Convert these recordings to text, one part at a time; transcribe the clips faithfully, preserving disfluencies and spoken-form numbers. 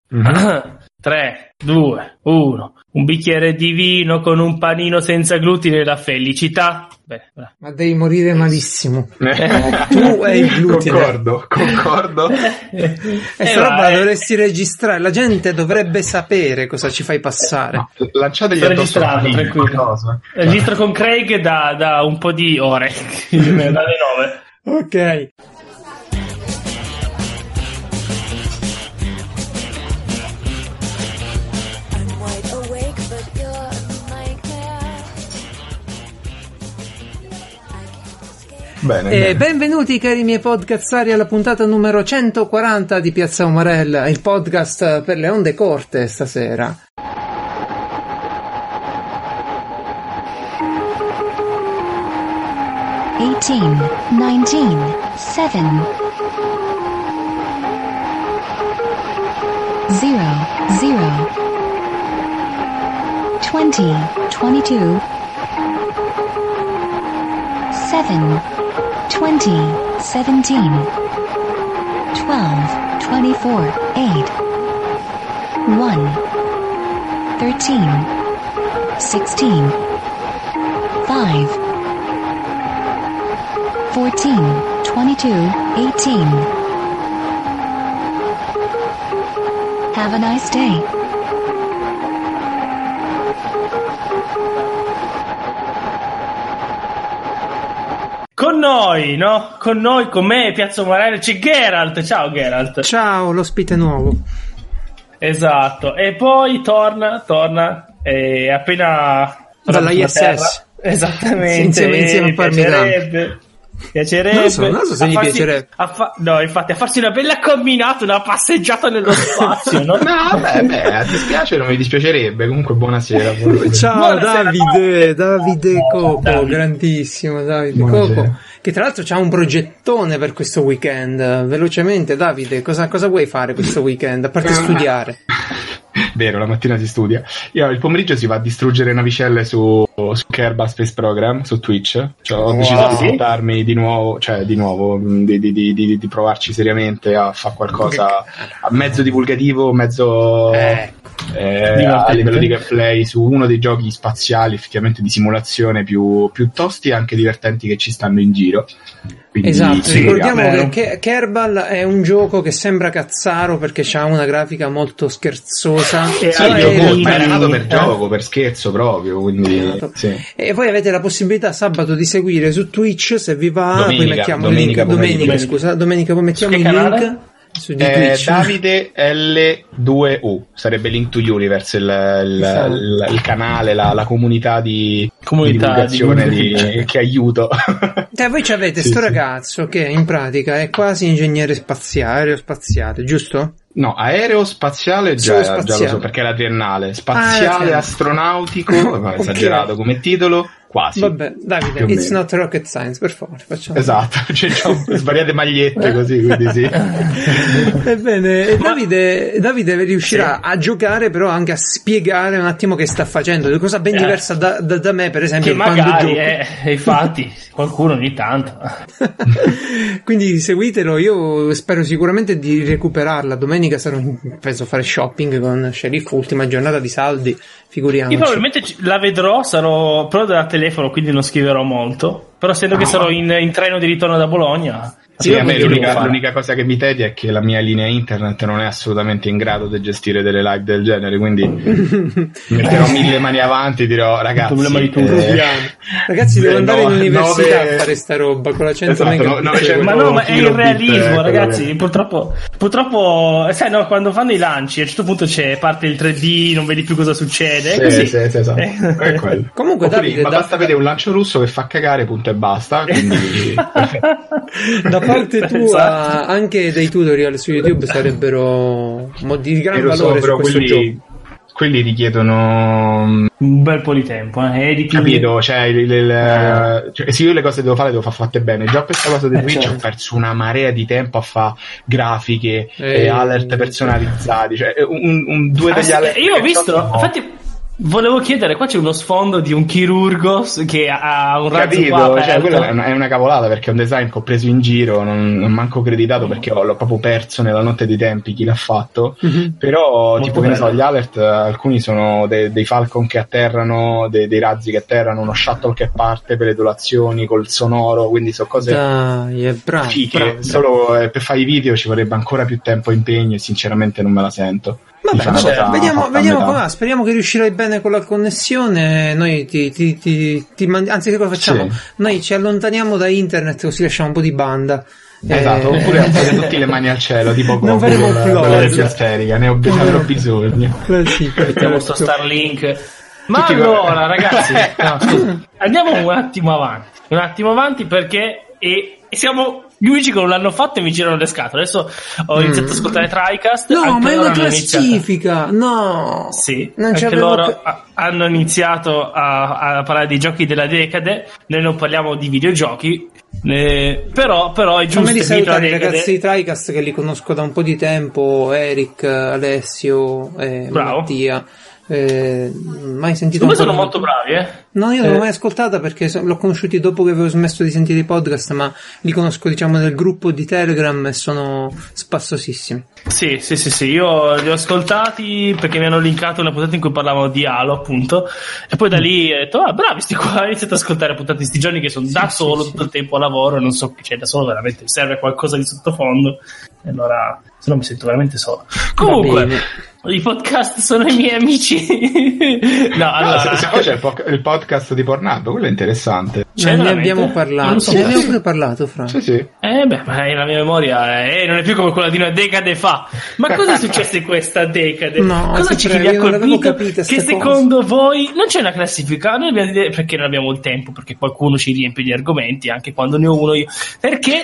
Mm-hmm. tre, due, uno. Un bicchiere di vino con un panino senza glutine e la felicità. Beh, ma devi morire malissimo. Tu hai il glutine. Concordo, concordo. E sta roba la dovresti registrare. La gente dovrebbe sapere cosa ci fai passare. No, lanciategli sto registrando, tranquillo. Registro con Craig da, da un po' di ore. Dalle nove. Ok. Bene, e bene. Benvenuti cari miei podcazzari alla puntata numero centoquaranta di Piazza Umarella, il podcast per le onde corte stasera. eighteen, nineteen, seven, zero, zero, twenty, twenty-two, seven, twenty, seventeen, twelve, twenty-four, eight, one, thirteen, sixteen, five, fourteen, twenty-two, eighteen. Have a nice day. Con noi, no? Con noi, con me, Piazza Umarella, c'è Geralt. Ciao Geralt. Ciao, l'ospite nuovo. Esatto. E poi torna, torna, è appena... Dalla I S S. Esattamente. Insieme, insieme a Parmigiano. Piacerebbe. Non so, non so se gli farsi, piacerebbe. a fa- no, infatti, a farsi una bella camminata, una passeggiata nello spazio, no? No, beh, beh, ti spiace, non mi dispiacerebbe. Comunque, buonasera. buonasera. Ciao Buonasera, Davide, no. Davide Coco, Davide. grandissimo Davide Buonasera. Coco, che tra l'altro c'ha un progettone per questo weekend. Velocemente, Davide, cosa, cosa vuoi fare questo weekend? A parte studiare. Vero, la mattina si studia. Io il pomeriggio si va a distruggere navicelle su, su Kerbal Space Program, su Twitch. Cioè, ho Wow. deciso di buttarmi di nuovo, cioè di nuovo, di, di, di, di, di provarci seriamente a fare qualcosa a mezzo divulgativo, mezzo Eh. eh, a livello di gameplay su uno dei giochi spaziali effettivamente di simulazione più, più tosti e anche divertenti che ci stanno in giro. Quindi, Esatto, sì, ricordiamo vero. che Kerbal è un gioco che sembra cazzaro perché ha una grafica molto scherzosa. E Sì, Ah, io- eh, ma era nato per eh. gioco, per scherzo proprio, quindi Esatto. sì. E poi avete la possibilità sabato di seguire su Twitch, se vi va, Domenica, poi mettiamo domenica il link, domenica, pomeriggio. scusa, domenica poi mettiamo Su il che canale? link su di Eh, Twitch. Davide L due U sarebbe Link to Universe, il, il, Esatto. il, il canale, la, la comunità di, Comunità di divulgazione di- di- che aiuto. Cioè, voi ci avete Sì, sto sì. ragazzo che in pratica è quasi ingegnere spaziale, aerospaziale, giusto? No, aerospaziale già, Solo già lo spaziale. so perché è la triennale. Ah, è la Spaziale triennale. astronautico, ma Ok. esagerato come titolo, quasi. Vabbè, Davide, Più o it's meno. not rocket science, per favore, facciamo. Esatto, cioè, c'ho svariate magliette così, quindi sì. Ebbene, e Davide, Davide riuscirà Sì. a giocare, però anche a spiegare un attimo che sta facendo, una cosa ben Eh. diversa da, da, da me, per esempio, Che quando magari, gioco. eh, infatti, qualcuno ogni tanto. Quindi seguitelo, io spero sicuramente di recuperarla. Domenica sarò in- penso fare shopping con Sceriffo, ultima giornata di saldi, figuriamoci. Io probabilmente ci- la vedrò, sarò però da telefono, quindi non scriverò molto. Però essendo che Ah. sarò in, in treno di ritorno da Bologna. Sì, Io a me voglio l'unica, fare. l'unica cosa che mi tedia è che la mia linea internet non è assolutamente in grado di gestire delle live del genere, quindi metterò mille mani avanti e dirò ragazzi, Il problema di tutti. eh, Ragazzi, devo eh, andare no, in università nove- a fare sta roba con la cento Esatto, mega. no- novecento Ma no, ma è il kilobit, realismo, eh, ragazzi. quello Purtroppo, purtroppo, sai, no, quando fanno i lanci, a un certo punto c'è parte il tre D, non vedi più cosa succede. che- è così. Sì, sì, sì, esatto. Eh. È quello. Comunque, Oppure, Davide, ma da- basta vedere un lancio russo che fa cagare, punto e basta. Quindi Da parte tua, Esatto. anche dei tutorial su YouTube sarebbero mo- di gran Eh, lo so, valore su però questo quelli, gioco. quelli richiedono Un bel po' di tempo, eh. E di più. capito, cioè, il, il- cioè, se io le cose devo fare devo far fatte bene. Già per questa cosa di Eh, Twitch certo. ho perso una marea di tempo a fare grafiche Eh, e alert personalizzati, cioè un, un- due Ah, degli sì, alert io ho che visto, so- infatti, Volevo chiedere, qua c'è uno sfondo di un chirurgo che ha un razzo Capito, qua aperto. cioè, quella è una, è una cavolata, perché è un design che ho preso in giro, non, non manco creditato, perché ho, l'ho proprio perso nella notte dei tempi chi l'ha fatto. Mm-hmm. Però Molto tipo, che ne so, bello. gli alert, alcuni sono de, dei Falcon che atterrano, de, dei razzi che atterrano, uno shuttle che parte per le donazioni col sonoro, quindi sono cose Dai, è bravo, fiche. bravo. Solo eh, per fare i video ci vorrebbe ancora più tempo e impegno, e sinceramente non me la sento. Vabbè, Mi fa una vabbè, cosa vediamo, fatta a vediamo metà. come va. Speriamo che riuscirai bene con la connessione. Noi ti, ti, ti, ti mandi- anzi, che cosa facciamo? Sì. Noi ci allontaniamo da internet, così lasciamo un po' di banda. Esatto, Eh, oppure alzare tutti le mani al cielo, tipo Non Goku faremo con la- upload. con l'energia sterica, ne ho, ne avrò bisogno. eh, sì, Mettiamo sto perfetto. Starlink. Ma Tutti allora, ragazzi, no, scusa, andiamo un attimo avanti. Un attimo avanti perché e, e siamo gli unici che non l'hanno fatto e mi girano le scatole. Adesso ho iniziato ad ascoltare TriCast. No, anche ma è loro una hanno iniziato- classifica. No, Sì, non ci anche avevo loro ca- a- hanno iniziato a, a parlare dei giochi della decade. Noi non parliamo di videogiochi, eh, però, però è giusto Fammi che dietro la salutare i decade- ragazzi di TriCast che li conosco da un po' di tempo, Eric, Alessio, eh, Bravo. Mattia. Eh, mai sentito Secondo me sono ancora- molto bravi, eh. No, io non l'ho Eh. mai ascoltata perché so- l'ho conosciuti dopo che avevo smesso di sentire i podcast, ma li conosco, diciamo, nel gruppo di Telegram e sono spassosissimi. Sì, sì, sì, sì, io li ho ascoltati perché mi hanno linkato una puntata in cui parlavano di Halo, appunto, e poi da lì ho detto, ah, bravi sti qua, ho iniziato ad ascoltare puntate di sti giorni che sono da sì, solo sì. tutto il tempo a lavoro e non so che c'è da solo, veramente serve qualcosa di sottofondo, e allora, se no mi sento veramente solo. Comunque, bene. i podcast sono i miei amici. No, Ah, allora, se, se poi c'è il, po- il podcast di Pornhub, quello è interessante. C'è Ne veramente? abbiamo Non parlato. lo so. Ne abbiamo pure parlato, Fra. Sì, sì. Eh beh, ma la mia memoria eh, non è più come quella di una decade fa. Ma cosa è successo in questa decade? No, cosa ti ci prego, vi ha io non l'avevo colpito? capita sta Che cosa. secondo voi non c'è una classifica? Noi abbiamo idea- perché non abbiamo il tempo, perché qualcuno ci riempie di argomenti, anche quando ne ho uno io. Perché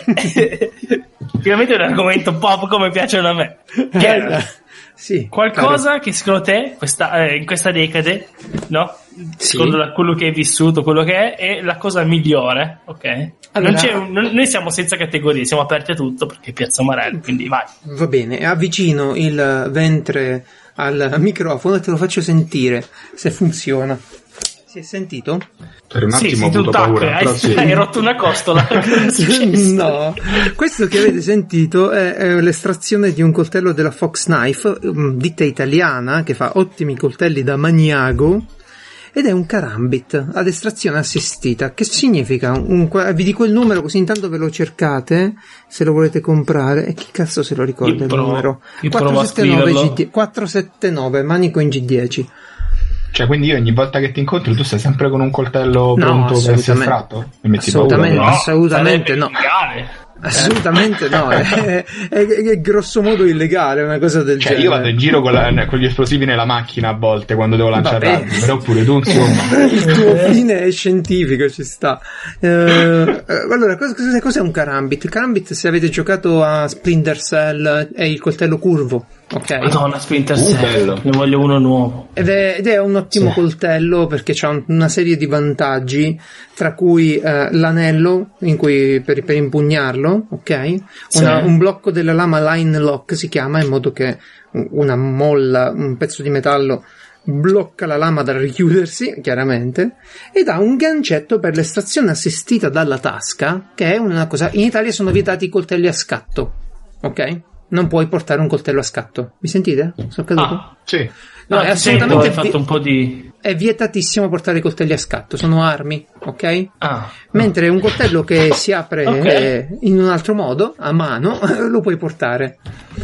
finalmente è un argomento pop come piacciono a me. Che è Sì, qualcosa che secondo te questa, eh, in questa decade, no? Sì. Secondo la- quello che hai vissuto, quello che è, è la cosa migliore, ok? Allora- Non c'è un- non- noi siamo senza categorie, siamo aperti a tutto perché è Piazza Marello, quindi vai. Va bene, avvicino il ventre al microfono e te lo faccio sentire se funziona. Si è sentito? Per un Sì, attimo sì, ho tu avuto tacco, paura, hai, però sì. hai rotto una costola. Cosa è successo? No, questo che avete sentito è, è l'estrazione di un coltello della Fox Knife, um, ditta italiana che fa ottimi coltelli da maniago, ed è un Karambit ad estrazione assistita. Che significa? Un, qua- vi dico il numero così intanto ve lo cercate se lo volete comprare. E chi cazzo se lo ricorda Io il provo- numero? io provo a quattrocentosettantanove scriverlo. G D quattrocentosettantanove, manico in G dieci. Cioè, quindi io ogni volta che ti incontro tu stai sempre con un coltello No, pronto per essere assolutamente. estratto? Mi metti Assolutamente. paura, No, assolutamente sarebbe no. illegale. Assolutamente no, è, è, è, è grosso modo illegale una cosa del Cioè, genere. io vado in giro con, la- con gli esplosivi nella macchina a volte quando devo lanciare Vabbè. razzi, però pure tu, insomma. Il tuo fine è scientifico, ci sta. Eh, eh, allora, cos- cos'è, cos'è un Karambit? Il Karambit, se avete giocato a Splinter Cell, è il coltello curvo, ok? Madonna, Splinter Uh, Cell, bello. ne voglio uno nuovo. Ed è, ed è un ottimo Sì. coltello perché c'ha un- una serie di vantaggi, tra cui eh, l'anello in cui, per, per impugnarlo, ok? Una- Sì. Un blocco della lama line lock si chiama, in modo che una molla, un pezzo di metallo blocca la lama dal richiudersi, chiaramente, ed ha un gancetto per l'estrazione assistita dalla tasca, che è una cosa... In Italia sono vietati i coltelli a scatto, ok? Non puoi portare un coltello a scatto. Mi sentite? Sono caduto? Ah, Sì. No, no, è ti sento, assolutamente hai fatto vi- un po' di... È vietatissimo portare i coltelli a scatto, sono armi, ok? Ah, Mentre un coltello che si apre Ok. eh, in un altro modo, a mano, lo puoi portare.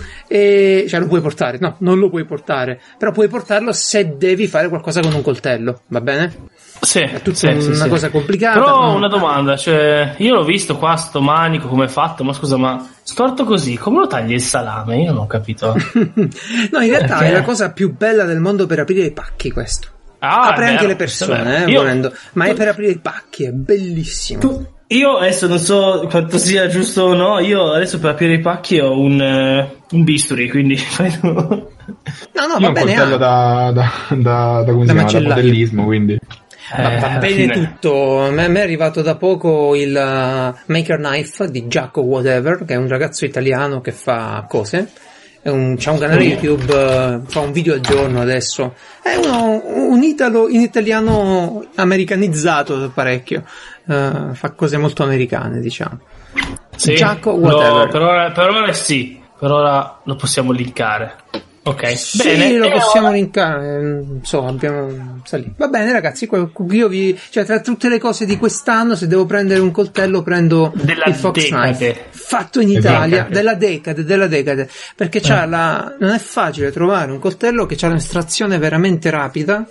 E, cioè lo puoi portare, no, non lo puoi portare, però puoi portarlo se devi fare qualcosa con un coltello, va bene? sì, È tutta sì, una sì, sì. cosa complicata. Però no? una domanda, cioè, io l'ho visto qua sto manico come è fatto, ma scusa, ma storto così, come lo tagli il salame? Io non ho capito. No, in realtà Perché? è la cosa più bella del mondo per aprire i pacchi, questo. Ah, Apre è anche vero, le persone, è vero. eh, Io- volendo, ma è per aprire i pacchi, è bellissimo. Tu- io adesso non so quanto sia giusto o no, io adesso per aprire i pacchi ho un, eh, un bisturi, quindi fai tu. No, no, Io ho va un bene. coltello ah. da, da, da, da, come Da si chiama, da macellaio. modellismo, quindi... Va, Eh, va alla bene fine- tutto. A me, a me è arrivato da poco il uh, Maker Knife di Giacomo Whatever, che è un ragazzo italiano che fa cose. è un, c'ha un canale YouTube, uh, fa un video al giorno adesso, è uno, un italo in italiano americanizzato parecchio, uh, fa cose molto americane, diciamo. Sì, Giaco whatever. No, per ora, per ora sì, per ora lo possiamo linkare. Ok, sì, bene, lo possiamo ora... linkare, non so, abbiamo salì. Va bene ragazzi, io vi, cioè tra tutte le cose di quest'anno, se devo prendere un coltello prendo della il Fox Knife fatto in Italia, della decade, della decade, perché c'ha eh. la, non è facile trovare un coltello che c'ha un'estrazione veramente rapida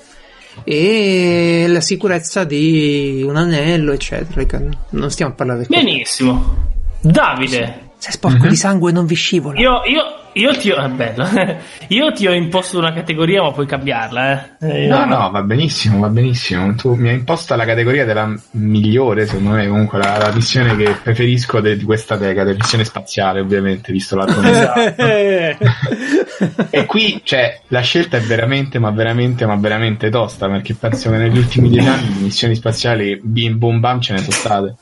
e la sicurezza di un anello, eccetera. Non stiamo a parlare del benissimo. Davide, se è sporco mm-hmm. di sangue non vi scivola. Io, io, io ti ho, è bello. Io ti ho imposto una categoria, ma puoi cambiarla, eh? No, no, va benissimo, va benissimo. Tu mi hai imposta la categoria della migliore, secondo me, comunque la, la missione che preferisco de, di questa decade, missione spaziale, ovviamente, visto l'argomento. E qui, cioè, la scelta è veramente, ma veramente, ma veramente tosta, perché penso che negli ultimi dieci anni missioni spaziali bim bum bam ce ne sono state.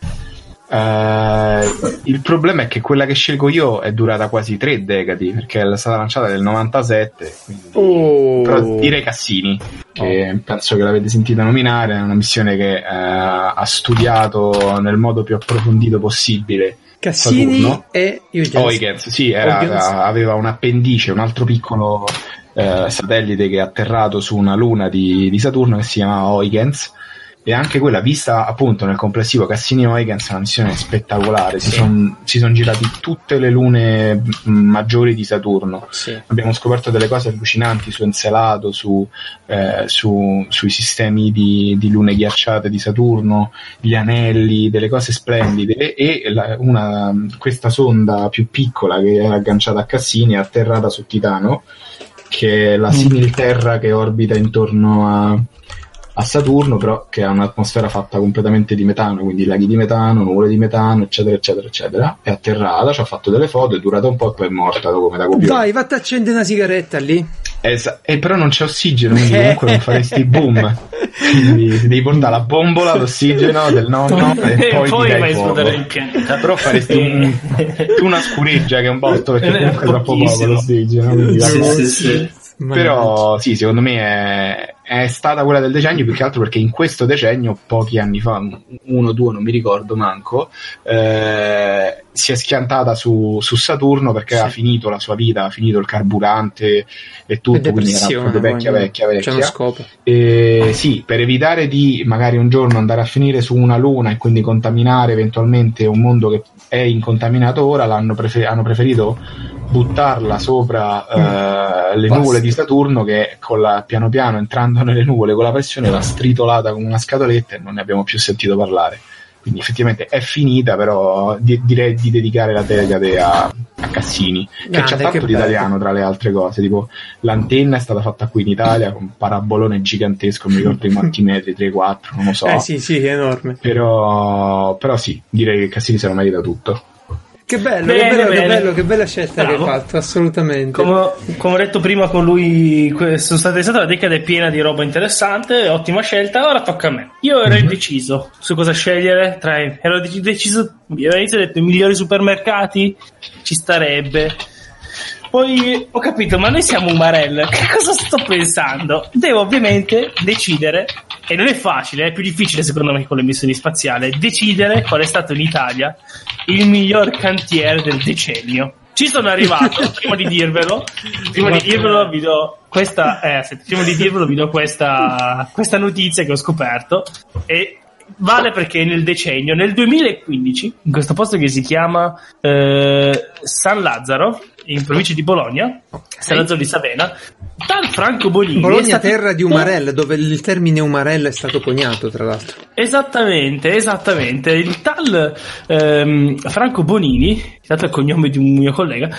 Uh, il problema è che quella che scelgo io è durata quasi tre decadi, perché è stata lanciata nel novantasette, quindi... oh. Però direi Cassini, che oh. penso che l'avete sentita nominare. È una missione che uh, ha studiato nel modo più approfondito possibile Cassini Saturno. E Huygens, sì, era, aveva un appendice, un altro piccolo uh, satellite che è atterrato su una luna di, di Saturno, che si chiama Huygens. E anche quella, vista appunto nel complessivo Cassini e Huygens, è una missione spettacolare. Si sono si son girati tutte le lune maggiori di Saturno. Sì. Abbiamo scoperto delle cose allucinanti su Encelato, su, eh, su sui sistemi di, di lune ghiacciate di Saturno, gli anelli, delle cose splendide. E la, una, questa sonda più piccola che era agganciata a Cassini è atterrata su Titano, che è la similterra che orbita intorno a a Saturno, però che ha un'atmosfera fatta completamente di metano, quindi laghi di metano, nuvole di metano, eccetera eccetera eccetera. È atterrata, ci ha fatto delle foto, è durata un po' e poi è morta dopo metà copione. Dai, vatti a accendere una sigaretta lì. Esa- e però non c'è ossigeno, quindi comunque non faresti boom. Quindi devi portare la bombola d'ossigeno del nonno e, e poi, poi vai a esplodere il pianeta. Però faresti un, una scureggia che è un botto, perché comunque è troppo poco l'ossigeno. Sì, sì, sì. Però sì, secondo me è, è stata quella del decennio, più che altro perché in questo decennio, pochi anni fa, uno o due, non mi ricordo manco, eh, si è schiantata su, su Saturno, perché sì. ha finito la sua vita, ha finito il carburante e tutto, quindi era proprio vecchia vecchia vecchia. C'è uno scopo. E, sì, per evitare di magari un giorno andare a finire su una luna e quindi contaminare eventualmente un mondo che è incontaminato ora, l'hanno prefer- hanno preferito buttarla sopra eh, le Basta. nuvole di Saturno, che con la, piano piano entrando nelle nuvole con la pressione l'ha stritolata come una scatoletta e non ne abbiamo più sentito parlare. Quindi effettivamente è finita, però di- direi di dedicare la decade a, a Cassini, che Grande, c'ha tanto che di bello. italiano tra le altre cose, tipo l'antenna è stata fatta qui in Italia con un parabolone gigantesco, mi ricordo i quanti metri, tre quattro, non lo so. Eh sì, sì, è enorme. Però, però sì, direi che Cassini se lo merita tutto. Che bello, Bene, che bello, bene. che bello, che bella scelta Bravo. che hai fatto, assolutamente. Come, come ho detto prima con lui, que- sono stata stata la decade piena di roba interessante, ottima scelta. Ora tocca a me. Io ero Mhm. indeciso su cosa scegliere. Tra i- ero dec- deciso, all'inizio ho detto i migliori supermercati, ci starebbe. Poi ho capito, ma noi siamo Umarell, che cosa sto pensando? Devo ovviamente decidere, e non è facile, è più difficile secondo me con le missioni spaziali, decidere qual è stato in Italia il miglior cantiere del decennio. Ci sono arrivato, prima di dirvelo, prima di dirvelo vi do questa, eh, aspetta, prima di dirvelo vi do questa, questa notizia che ho scoperto, e vale perché nel decennio, nel duemilaquindici, in questo posto che si chiama eh, San Lazzaro, in provincia di Bologna, San Lazzaro di Savena, tal Franco Bonini Bologna, è stato... terra di Umarell, dove il termine Umarell è stato coniato, tra l'altro. Esattamente, esattamente. Il tal ehm, Franco Bonini, dato il cognome di un mio collega,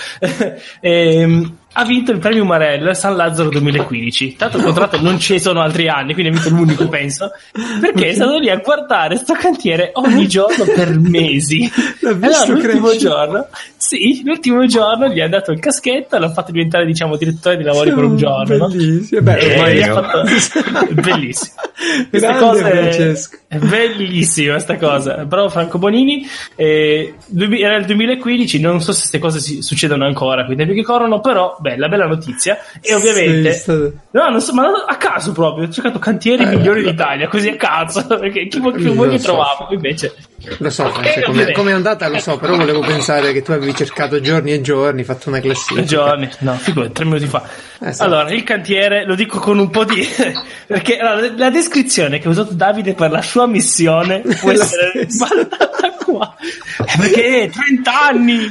ehm, ha vinto il premio Umarell San Lazzaro duemilaquindici. Tanto il contratto non ci sono altri anni, quindi ha vinto l'unico, penso, perché è stato lì a guardare sto cantiere ogni giorno per mesi. L'ha visto Allora, l'ultimo crescere. giorno, sì, l'ultimo giorno gli ha dato il caschetto, l'ha fatto diventare, diciamo, direttore di lavori per un giorno, no? Bellissimo. Beh, E ormai gli ha fatto... bellissimo. Queste Grande cose Francesco. è bellissima sta cosa. Bravo Franco Bonini. Eh, era il duemilaquindici, non so se queste cose si, succedono ancora qui tempi che corrono, però bella bella notizia. E ovviamente Sì, stato... no, non so, ma a caso proprio ho cercato cantieri eh, migliori d'Italia, così a caso, perché chi, chi vuoi che so. trovavo invece. Lo so, come come è andata lo so, però volevo pensare che tu avevi cercato giorni e giorni, fatto una classifica. Giorni, no, figurati, tre minuti fa. Eh, sì. Allora, il cantiere, lo dico con un po' di... perché allora, la descrizione che ha usato Davide per la sua missione può essere valutata qua. Perché trenta anni,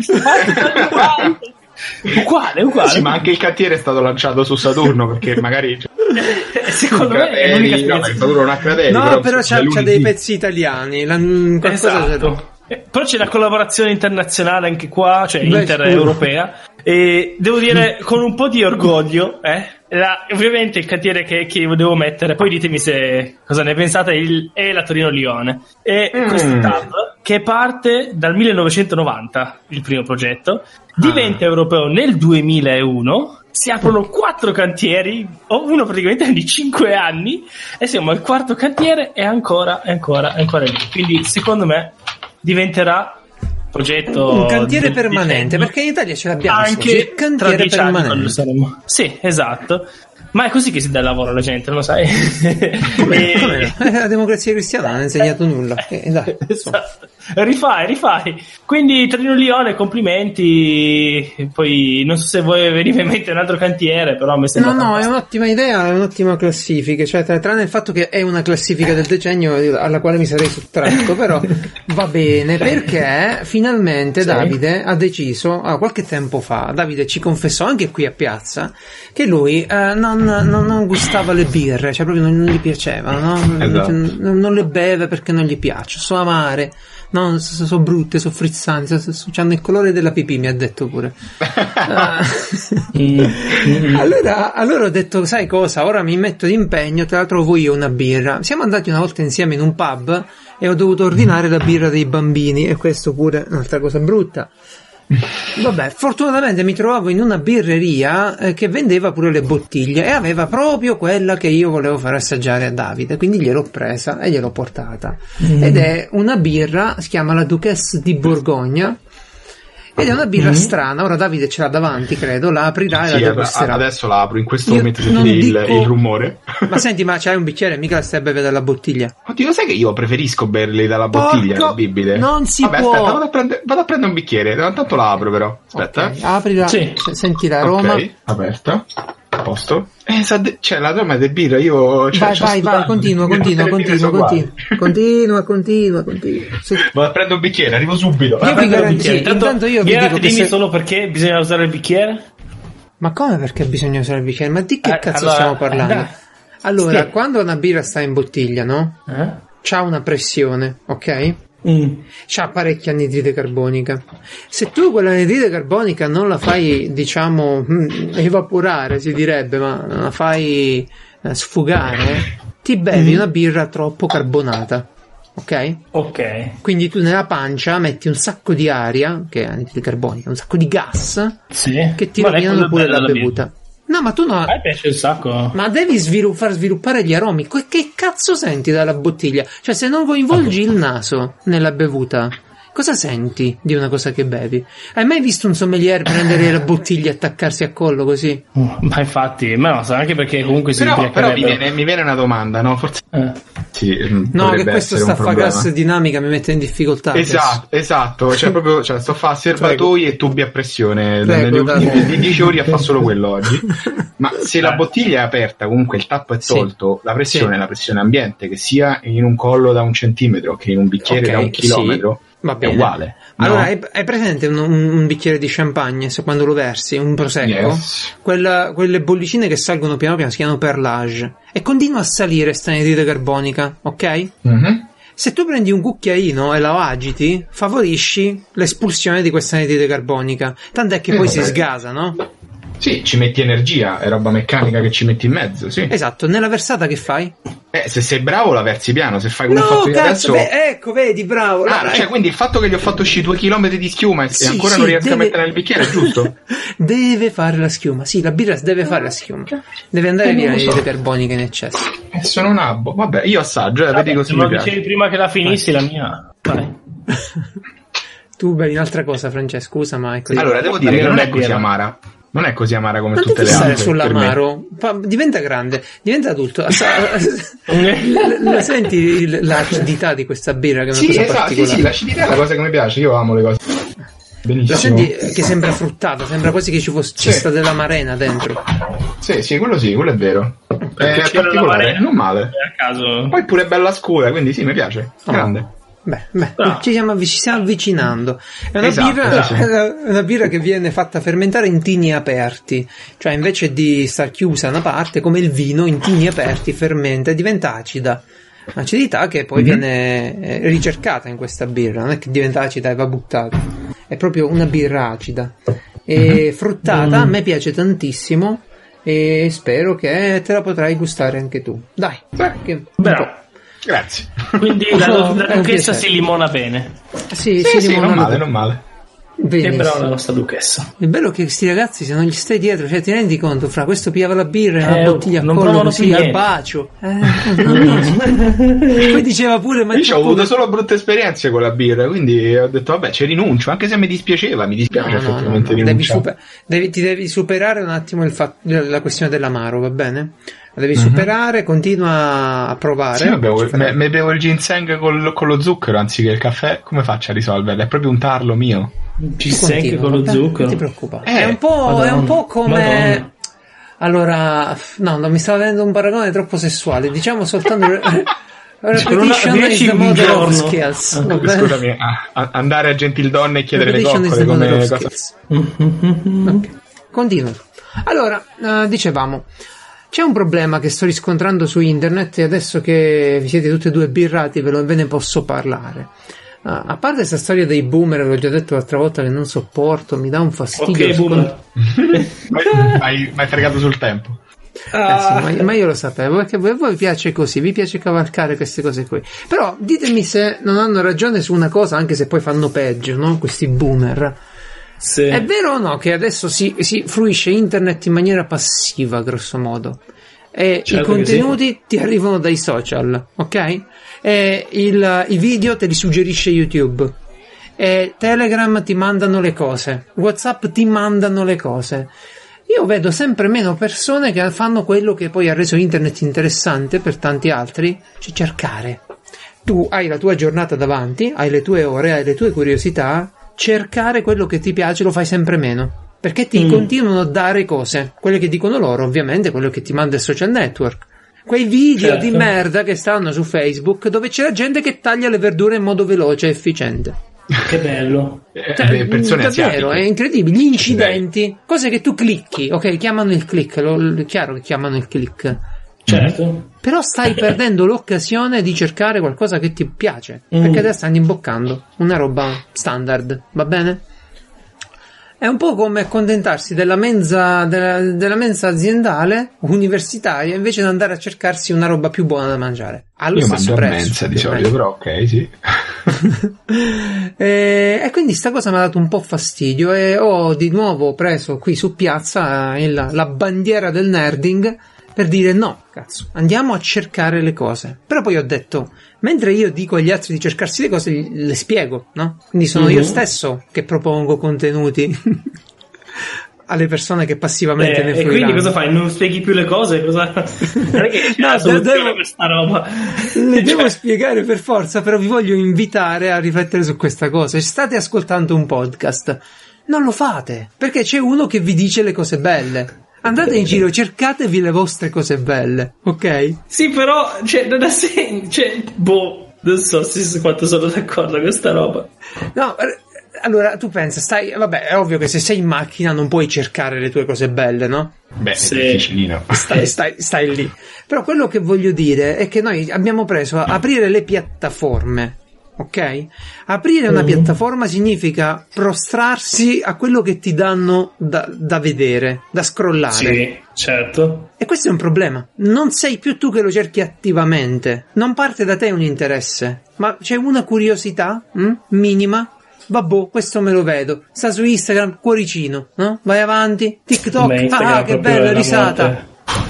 uguale, uguale. Sì, ma anche il cantiere è stato lanciato su Saturno, perché magari... Cioè, secondo me è l'unica no, Saturno non ha crateri. No, però, però c'ha, c'ha dei pezzi italiani. La, esatto. Eh, però c'è la collaborazione internazionale anche qua, cioè Beh, inter-europea, e devo dire con un po' di orgoglio, eh, la, ovviamente il cantiere che, che devo mettere, poi ditemi se cosa ne pensate, il, è la Torino-Lione. E mm. questo T A B, che parte dal millenovecentonovanta, il primo progetto, diventa ah. europeo nel duemilauno, si aprono quattro cantieri, uno praticamente ogni cinque anni, e siamo al quarto cantiere e ancora, e ancora, e ancora lì. Quindi secondo me diventerà progetto un cantiere di, permanente, di perché in Italia ce l'abbiamo anche cantiere tra dieci permanente. anni saremo. Sì, esatto. Ma è così che si dà lavoro alla gente, non lo sai? Come, e... come no? La democrazia cristiana non ha insegnato nulla. Eh, dai, esatto. Rifai, rifai. Quindi Torino-Lione, complimenti. Poi non so se vuoi venire in mente un altro cantiere, però a me sembra no, fantastico. No, è un'ottima idea, è un'ottima classifica. Cioè, tra, tranne il fatto che è una classifica del decennio alla quale mi sarei sottratto, però va bene, perché finalmente sì. Davide ha deciso, ah, qualche tempo fa, Davide ci confessò anche qui a piazza che lui eh, non, non, non gustava le birre, cioè proprio non, non gli piacevano, no? Esatto. non, non le beve perché non gli piace, sono amare. No, sono so brutte, sono frizzanti, so, so, so, hanno il colore della pipì, mi ha detto pure. uh, allora, allora ho detto, sai cosa, ora mi metto d'impegno, te la trovo io una birra. Siamo andati una volta insieme in un pub e ho dovuto ordinare la birra dei bambini, e questo pure è un'altra cosa brutta. Vabbè, fortunatamente mi trovavo in una birreria eh, che vendeva pure le bottiglie e aveva proprio quella che io volevo far assaggiare a Davide, quindi gliel'ho presa e gliel'ho portata. Mm. Ed è una birra, si chiama la Duchesse di Borgogna, ed è una birra mm. strana. Ora Davide ce l'ha davanti, credo, la aprirà sì, e la degusterà. Adesso la apro, in questo io momento senti il, dico... il rumore. Ma senti, ma c'hai un bicchiere, mica la stai a bere dalla bottiglia? Oddio, sai che io preferisco berli dalla Porco... bottiglia, le bibite? Non si Vabbè, può. Aspetta, vado a, prendere, vado a prendere un bicchiere, intanto la apro però. Aspetta. Okay, aprila, sì. Senti l'aroma. Ok, aperta. A posto. Eh, sa de- cioè la doma è birra, io... Cioè, vai, vai, vai, continua, continua, continua, continua, continua, continua, continua. Sì. Vado a prendere un bicchiere, arrivo subito. Io vi garantisco, intanto, intanto io vi dico dimmi che se... solo perché bisogna usare il bicchiere? Ma come perché bisogna usare il bicchiere? Ma di che eh, cazzo allora, stiamo parlando? eh, allora, sì. quando una birra sta in bottiglia, no? Eh? C'ha una pressione, ok? Mm. C'ha parecchia anidride carbonica. Se tu quella anidride carbonica non la fai, diciamo, evaporare, si direbbe, ma non la fai sfugare, ti bevi mm. una birra troppo carbonata. Ok? Ok. Quindi tu nella pancia metti un sacco di aria, che è anidride carbonica, un sacco di gas, sì. che ti rovinano pure la bevuta. Birra. No, ma tu no. A me piace un sacco. Ma devi svilu- far sviluppare gli aromi. Che cazzo senti dalla bottiglia? Cioè, se non coinvolgi il naso nella bevuta, cosa senti di una cosa che bevi? Hai mai visto un sommelier prendere la bottiglia e attaccarsi a collo così? Uh, ma infatti, ma no, anche perché comunque si però, però mi, viene, mi viene una domanda, no? Forse eh. sì, no, che questo sta a fare gas dinamica mi mette in difficoltà. Esatto, adesso. esatto, cioè proprio cioè, sto a fare serbatoi e tubi a pressione. Prego, nelle ultime dieci ore fa solo quello oggi. Ma se la bottiglia è aperta, comunque il tappo è tolto, sì. la pressione è sì. la pressione ambiente, che sia in un collo da un centimetro che in un bicchiere okay, da un chilometro. Sì. Va bene. È uguale. Allora, no? hai, hai presente un, un bicchiere di champagne, se quando lo versi, un prosecco? Yes. Quella, quelle bollicine che salgono piano piano si chiamano perlage e continua a salire sta anidride carbonica, ok? Mm-hmm. Se tu prendi un cucchiaino e la agiti, favorisci l'espulsione di questa anidride carbonica, tant'è che poi eh, si sgasa, no? Sì, ci metti energia, è roba meccanica che ci metti in mezzo, sì. Esatto, nella versata che fai? Eh, se sei bravo la versi piano, se fai come no, ho fatto io cazzo, adesso... beh, ecco, vedi, bravo. Ah, cioè, quindi il fatto che gli ho fatto uscire due chilometri di schiuma e sì, ancora sì, non riesco deve... a mettere nel bicchiere, è giusto? deve fare la schiuma. Sì, la birra deve fare la schiuma. Deve andare Eh, non via lo so. le carboniche in eccesso. E sono un abbo. Vabbè, io assaggio, eh, vedi così Se mi lo piace. dicevi prima che la finissi, la mia. Vai. Tu bevi un'altra cosa, Francesco, scusa, ma è così. Allora, devo dire La che mia non non è è così birra. amara. Non è così amara come non tutte devi le stare altre. per me. sull'amaro. Fa- diventa grande, diventa adulto. Assa- la, la senti il- l'acidità di questa birra, che è una Sì, cosa esatto, sì, particolare. sì, l'acidità è la cosa che mi piace. Io amo le cose. La Benissimo. senti che sembra fruttata, sembra quasi che ci fosse ci Sì. sta della marena dentro. Sì, sì, quello sì, quello è vero. È Perché c'era la particolare, marena. non male. A caso. Poi pure è bella scura, quindi sì, mi piace. Grande. Beh, beh, Bravo. ci, siamo, avvic- ci stiamo avvicinando. È una, Esatto, birra, sì, sì. è una- è una birra che viene fatta fermentare in tini aperti, cioè invece di star chiusa da una parte, come il vino, in tini aperti fermenta e diventa acida. Acidità che poi Mhm. viene eh, ricercata in questa birra, non è che diventa acida e va buttata, è proprio una birra acida e fruttata. A me piace tantissimo e spero che te la potrai gustare anche tu. Dai, Beh, che un bravo. po'. Grazie. Quindi la, Oh, la è un duchessa piacere. si limona bene. Sì, Sì, si sì, limona non male, dopo. non male. Che Benissimo. brava la nostra duchessa. Il bello è che questi ragazzi, se non gli stai dietro, cioè ti rendi conto, fra questo pigliava la birra e Eh, una bottiglia a non collo provano così più al niente. bacio. Eh, non lo so. Poi diceva pure, ma Io è ho avuto troppo- solo brutte esperienze con la birra, quindi ho detto vabbè, ci rinuncio, anche se mi dispiaceva, mi dispiace No, no, no, effettivamente no. Devi rinunciare. super- devi- ti devi superare un attimo il fatto, la questione dell'amaro, va bene? La devi Mhm. superare, continua a provare. Sì, vabbè, Ci me, farai- me bevo il ginseng col- con lo zucchero anziché il caffè, come faccio a risolverlo? È proprio un tarlo mio. Ci sei anche Continua, con lo vabbè, zucchero. Non ti preoccupare. Eh, è, un po', Madonna, è un po' come... Madonna. Allora, no, non mi stava venendo un paragone troppo sessuale. Diciamo soltanto... Per Repetition una- is dieci the un mother of giorno. skills. va bene? Scusami, a- a- andare a Gentildonne e chiedere le Repetition is coccole the mother come of cosa... skills. Ok, continua. Allora, eh, dicevamo, c'è un problema che sto riscontrando su internet e adesso che vi siete tutti e due birrati ve, lo, ve ne posso parlare. Uh, a parte questa storia dei boomer, l'ho già detto l'altra volta che non sopporto, mi dà un fastidio. Ok, boomer. Mi hai fregato sul tempo. Eh sì, ma, ma io lo sapevo, perché a voi vi piace così, vi piace cavalcare queste cose qui. Però ditemi se non hanno ragione su una cosa, anche se poi fanno peggio, no? Questi boomer. Sì. È vero o no che adesso si, si fruisce internet in maniera passiva, grosso modo? E Certo i che contenuti ti arrivano dai social, ok? E il, i video te li suggerisce YouTube. E Telegram ti mandano le cose. WhatsApp ti mandano le cose. Io vedo sempre meno persone che fanno quello che poi ha reso internet interessante per tanti altri, cioè cercare. Tu hai la tua giornata davanti, hai le tue ore, hai le tue curiosità, cercare quello che ti piace lo fai sempre meno. Perché ti Mm. continuano a dare cose, quelle che dicono loro, ovviamente, quello che ti manda il social network. Quei video Certo. di merda che stanno su Facebook dove c'è la gente che taglia le verdure in modo veloce e efficiente. Che bello. Eh, Cioè, le persone davvero, asiatiche. è incredibile. Gli incidenti, cose che tu clicchi, ok, chiamano il click, lo, è chiaro che chiamano il click. Certo. Però stai perdendo l'occasione di cercare qualcosa che ti piace, Mm. perché te stanno imboccando una roba standard, va bene? È un po' come accontentarsi della mensa, della, della mensa aziendale, universitaria, invece di andare a cercarsi una roba più buona da mangiare. Allo Io stesso mangio a prezzo. mensa di ovviamente. solito, però ok, sì. e, e quindi sta cosa mi ha dato un po' fastidio e ho di nuovo preso qui su piazza eh, il- la bandiera del nerding per dire no, cazzo, andiamo a cercare le cose. Però poi ho detto, mentre io dico agli altri di cercarsi le cose, le spiego, no? Quindi sono Mhm. io stesso che propongo contenuti alle persone che passivamente Eh, ne e quindi fruiranno. cosa fai? Non spieghi più le cose? Cosa... Non è che c'è No, la soluzione devo- a questa roba. Le devo Cioè, spiegare per forza, però vi voglio invitare a riflettere su questa cosa. Se state ascoltando un podcast, non lo fate, perché c'è uno che vi dice le cose belle. Andate in giro, cercatevi le vostre cose belle, ok? sì, però, cioè, non ha senso. Cioè, boh, non so se quanto sono d'accordo con questa roba. No, eh, allora tu pensa, stai, vabbè, è ovvio che se sei in macchina non puoi cercare le tue cose belle, no? Beh, Sì. è difficilino. Stai, stai, stai lì. Però quello che voglio dire è che noi abbiamo preso a aprire le piattaforme, ok? Aprire una Mhm. piattaforma significa prostrarsi a quello che ti danno da, da vedere, da scrollare. Sì, certo. E questo è un problema. Non sei più tu che lo cerchi attivamente. Non parte da te un interesse, ma c'è una curiosità hm, minima vabbè, questo me lo vedo. Sta su Instagram, cuoricino, no? Vai avanti, TikTok, ah, che bella risata.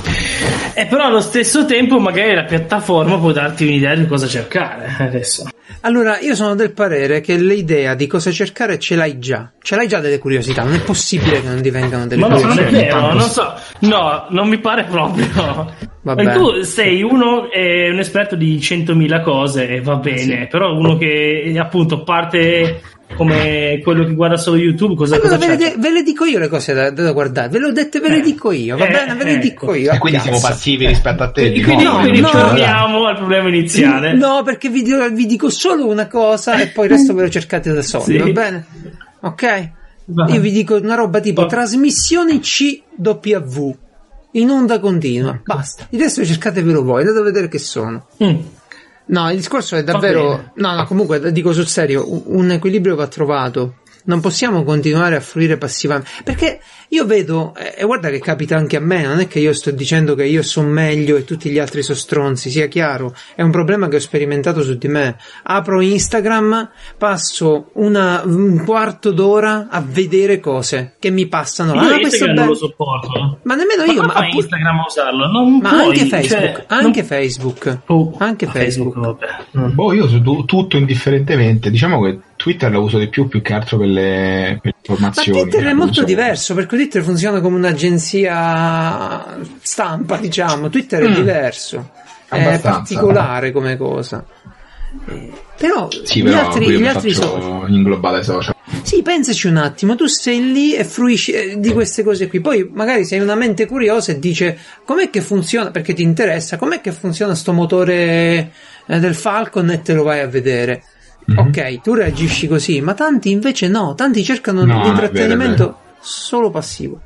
E però allo stesso tempo magari la piattaforma può darti un'idea di cosa cercare adesso. Allora, io sono del parere che l'idea di cosa cercare ce l'hai già. Ce l'hai già delle curiosità, non è possibile che non divengano delle Ma no, curiosità. non è vero, non so. No, non mi pare proprio. Vabbè. Tu sei uno, è un esperto di centomila cose e va bene, sì. Però uno che appunto parte come quello che guarda solo YouTube, cosa, allora, cosa ve, c'è? le, ve le dico io le cose da, da guardare, ve le ho dette, ve le eh. dico io, va eh, bene, ve le ecco. dico io. E quindi siamo passivi rispetto a te. Quindi, quindi, no, quindi no, torniamo no. al problema iniziale. No, perché vi, vi dico solo una cosa e poi il resto ve lo cercate da soli, sì. va bene? Ok? Va. Io vi dico una roba tipo Va. trasmissioni C W in onda continua, basta. Il resto cercatevelo voi, andate a vedere che sono. Mm. No, il discorso è davvero... No, no, comunque, dico sul serio, un equilibrio va trovato. Non possiamo continuare a fruire passivamente. Perché io vedo, e guarda che capita anche a me, non è che io sto dicendo che io so meglio e tutti gli altri so stronzi, sia chiaro. È un problema che ho sperimentato su di me. Apro Instagram, passo una, un quarto d'ora a vedere cose che mi passano. Io ah, Instagram non be- lo sopporto. Ma nemmeno ma io. Ma ma Instagram a usarlo? Non ma puoi, anche Facebook. Cioè, anche non... Facebook. Oh, anche Facebook. Facebook vabbè. Boh, io su tu, tutto indifferentemente. Diciamo che Twitter lo uso di più più che altro per le, per le informazioni. Ma Twitter è molto uso... diverso, perché Twitter funziona come un'agenzia stampa, diciamo. Twitter è mm. diverso, Abbastanza. È particolare come cosa. Eh, però, sì, gli però altri, io gli mi altri faccio social. in globale social. Sì, pensaci un attimo, tu sei lì e fruisci eh, di queste cose qui, poi magari sei una mente curiosa e dice com'è che funziona, perché ti interessa, com'è che funziona sto motore eh, del Falcon e te lo vai a vedere. Mm-hmm. Ok, tu reagisci così, ma tanti invece no, tanti cercano no, l'intrattenimento è vero, è vero. solo passivo.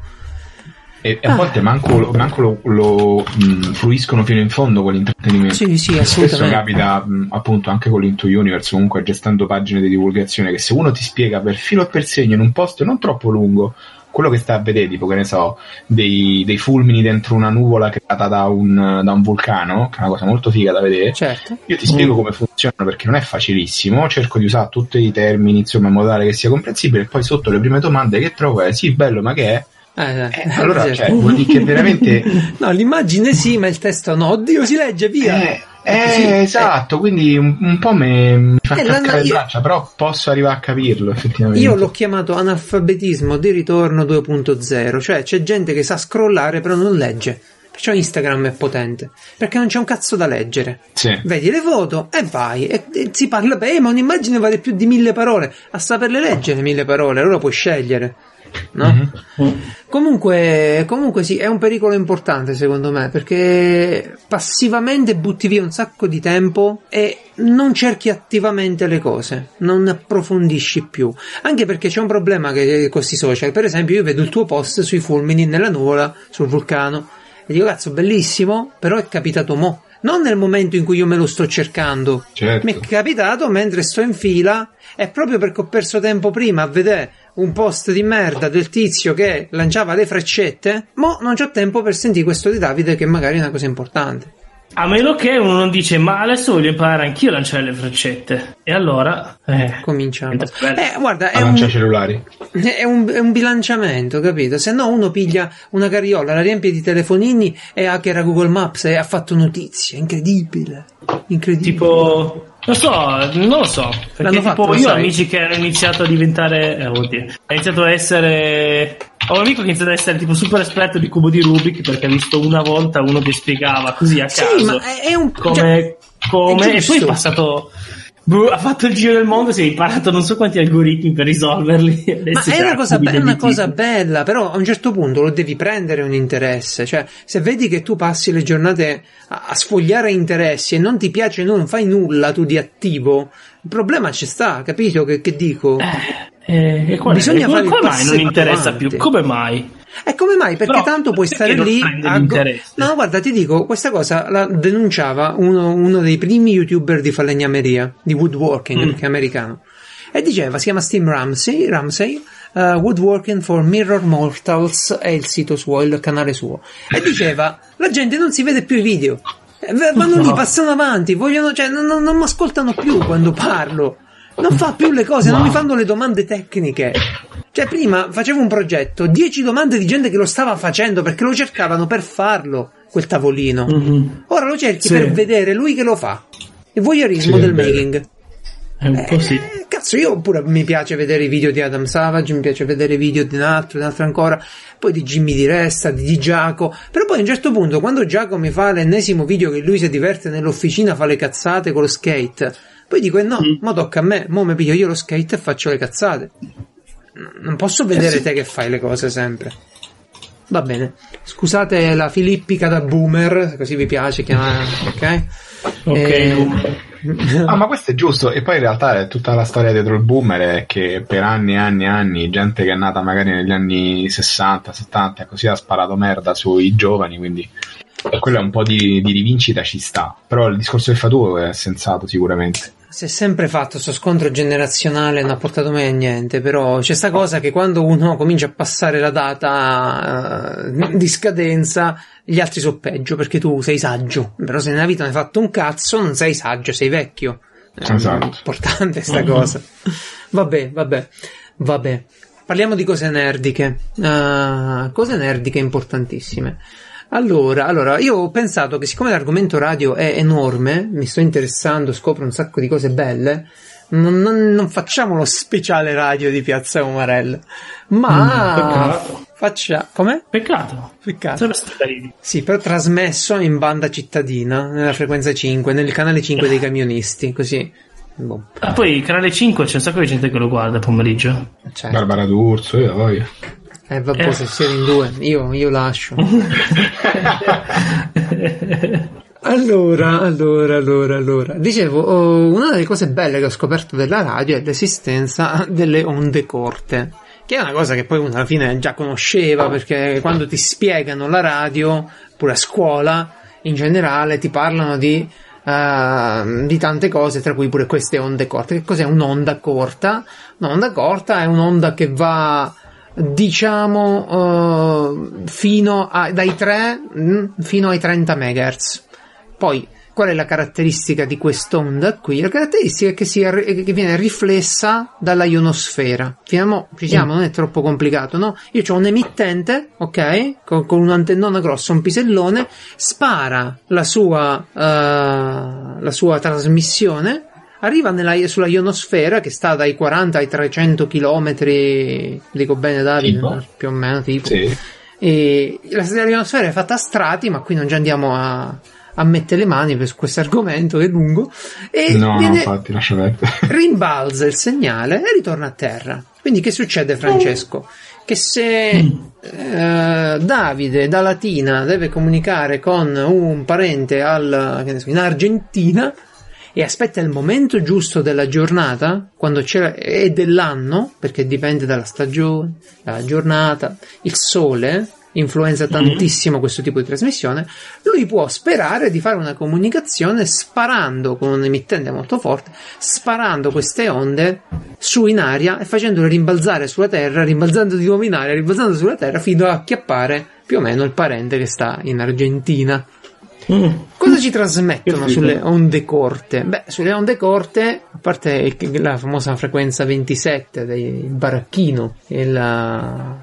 E, e a volte manco, manco lo, lo mh, fruiscono fino in fondo quell'intrattenimento. Sì, sì, assolutamente. Spesso capita mh, appunto anche con l'Into Universe, comunque gestendo pagine di divulgazione, che se uno ti spiega per filo e per segno in un post non troppo lungo quello che sta a vedere, tipo che ne so, dei, dei fulmini dentro una nuvola creata da un, da un vulcano, che è una cosa molto figa da vedere. Certo. Io ti spiego mm. come funziona, perché non è facilissimo, cerco di usare tutti i termini insomma in modo tale che sia comprensibile, e poi sotto le prime domande che trovo è sì, bello, ma che è? Eh, eh, allora cioè, vuol dire che veramente no, l'immagine sì, ma il testo no. Oddio, si legge, via. Eh, eh sì, esatto, eh. Quindi un, un po' mi, mi fa eh, cascare le io... braccia, però posso arrivare a capirlo effettivamente. Io l'ho chiamato analfabetismo di ritorno due punto zero, cioè c'è gente che sa scrollare però non legge. Perciò Instagram è potente, perché non c'è un cazzo da leggere. Sì. Vedi le foto e vai e, e si parla, beh, ma un'immagine vale più di mille parole, a saperle leggere mille parole, allora puoi scegliere. No? Mm-hmm. Comunque, comunque sì, è un pericolo importante secondo me, perché passivamente butti via un sacco di tempo e non cerchi attivamente le cose, non approfondisci più, anche perché c'è un problema che con questi social. Per esempio io vedo il tuo post sui fulmini nella nuvola sul vulcano e dico cazzo, bellissimo, però è capitato mo', non nel momento in cui io me lo sto cercando. Certo. Mi è capitato mentre sto in fila, e proprio perché ho perso tempo prima a vedere un post di merda del tizio che lanciava le freccette, mo non c'ho tempo per sentire questo di Davide, che magari è una cosa importante. A meno che uno non dice ma adesso voglio imparare anch'io a lanciare le freccette, e allora eh, cominciamo. Eh, guarda, è a un, lanciare cellulari. È un, è un bilanciamento, capito? Se no uno piglia una carriola, la riempie di telefonini e hackera Google Maps e ha fatto notizie. Incredibile, incredibile. Tipo, non so, non lo so, perché L'hanno tipo fatto, io ho sai. amici che hanno iniziato a diventare, eh, oddio, ha iniziato a essere, ho un amico che ha iniziato ad essere tipo super esperto di cubo di Rubik, perché ha visto una volta uno che spiegava così a caso, sì, ma è, è un come, cioè, come è e poi è passato, buh, ha fatto il giro del mondo, si è imparato non so quanti algoritmi per risolverli. Ma è una, cosa, be- è una cosa bella, però a un certo punto lo devi prendere un interesse, cioè se vedi che tu passi le giornate a, a sfogliare interessi e non ti piace, non fai nulla tu di attivo, il problema ci sta, capito che, che dico? Eh, eh, e qual Bisogna è? fare Come il mai non interessa avanti. più? Come mai? E come mai? Perché Però, tanto puoi perché stare non lì prende a go- l'interesse? No, guarda, ti dico, questa cosa la denunciava uno, uno dei primi youtuber di falegnameria, di woodworking, mm. che è americano, e diceva, si chiama Steve Ramsey, Ramsey uh, Woodworking for Mirror Mortals è il sito suo, il canale suo, e diceva, la gente non si vede più i video, vanno lì, passano avanti, vogliono, cioè non, non, non mi ascoltano più quando parlo. non fa più le cose, wow. Non mi fanno le domande tecniche. Cioè prima facevo un progetto, dieci domande di gente che lo stava facendo perché lo cercavano per farlo quel tavolino. Mm-hmm. Ora lo cerchi sì. per vedere lui che lo fa. Il voyeurismo sì, del making. È un po' sì. Eh, cazzo, io pure mi piace vedere i video di Adam Savage, mi piace vedere i video di un altro, di un altro ancora, poi di Jimmy Di Resta, di, di Giaco. Però poi a un certo punto, quando Giaco mi fa l'ennesimo video che lui si diverte nell'officina, fa le cazzate con lo skate, poi dico, eh no, mm. mo tocca a me, mo mi piglio io lo skate e faccio le cazzate. Non posso vedere eh sì. te che fai le cose sempre. Va bene. Scusate la filippica da boomer, così vi piace chiamare, ok? Ok. E... ah, ma questo è giusto. E poi in realtà è tutta la storia dietro il boomer è che per anni e anni e anni gente che è nata magari negli anni sessanta, settanta così ha sparato merda sui giovani, quindi quello è un po' di, di rivincita, ci sta. Però il discorso che fa tu è sensato sicuramente. Si è sempre fatto questo scontro generazionale, non ha portato mai a niente, però c'è sta cosa che quando uno comincia a passare la data uh, di scadenza, gli altri sono peggio perché tu sei saggio, però se nella vita non hai fatto un cazzo non sei saggio, sei vecchio. Esatto. È importante sta cosa. Vabbè, vabbè, vabbè. Parliamo di cose nerdiche, uh, cose nerdiche importantissime. Allora, allora, io ho pensato che siccome l'argomento radio è enorme, mi sto interessando, scopro un sacco di cose belle, non, non, non facciamo lo speciale radio di Piazza Umarell, ma mm, faccia... Come? Peccato. Peccato. Sì, però trasmesso in banda cittadina, nella frequenza cinque, nel canale cinque dei camionisti, così... Boh. Ah, poi il canale cinque c'è un sacco di gente che lo guarda il pomeriggio. Certo. Barbara D'Urso, io voglio. Eh vabbè, eh. se siete in due, io, io lascio. allora, allora, allora, allora. Dicevo, oh, una delle cose belle che ho scoperto della radio è l'esistenza delle onde corte, che è una cosa che poi uno alla fine già conosceva, perché quando ti spiegano la radio, pure a scuola, in generale ti parlano di, uh, di tante cose, tra cui pure queste onde corte. Che cos'è un'onda corta? Un'onda corta è un'onda che va... diciamo uh, fino a dai tre mh, fino ai trenta megahertz. Poi qual è la caratteristica di quest'onda qui? La caratteristica è che, si, che viene riflessa dalla ionosfera. Fino a mo' ci siamo, mm. non è troppo complicato, no? Io ho un emittente, ok, con, con un'antennona grossa, un pisellone, spara la sua uh, la sua trasmissione, arriva nella, sulla ionosfera che sta dai quaranta ai trecento chilometri, dico bene Davide, tipo? Più o meno tipo. Sì. E la, la ionosfera è fatta a strati, ma qui non ci andiamo a, a mettere le mani per questo argomento che è lungo. E no, viene, infatti, lascia perdere. Rimbalza il segnale e ritorna a terra. Quindi che succede, Francesco? Che se mm. eh, Davide da Latina deve comunicare con un parente al, che ne so, in Argentina, e aspetta il momento giusto della giornata, quando c'è, e dell'anno, perché dipende dalla stagione, dalla giornata, il sole influenza tantissimo questo tipo di trasmissione, lui può sperare di fare una comunicazione sparando con un emittente molto forte, sparando queste onde su in aria e facendole rimbalzare sulla terra, rimbalzando di nuovo in aria, rimbalzando sulla terra, fino a acchiappare più o meno il parente che sta in Argentina. Mm. Cosa ci trasmettono sulle onde corte? Beh, sulle onde corte, a parte la famosa frequenza ventisette del baracchino e la,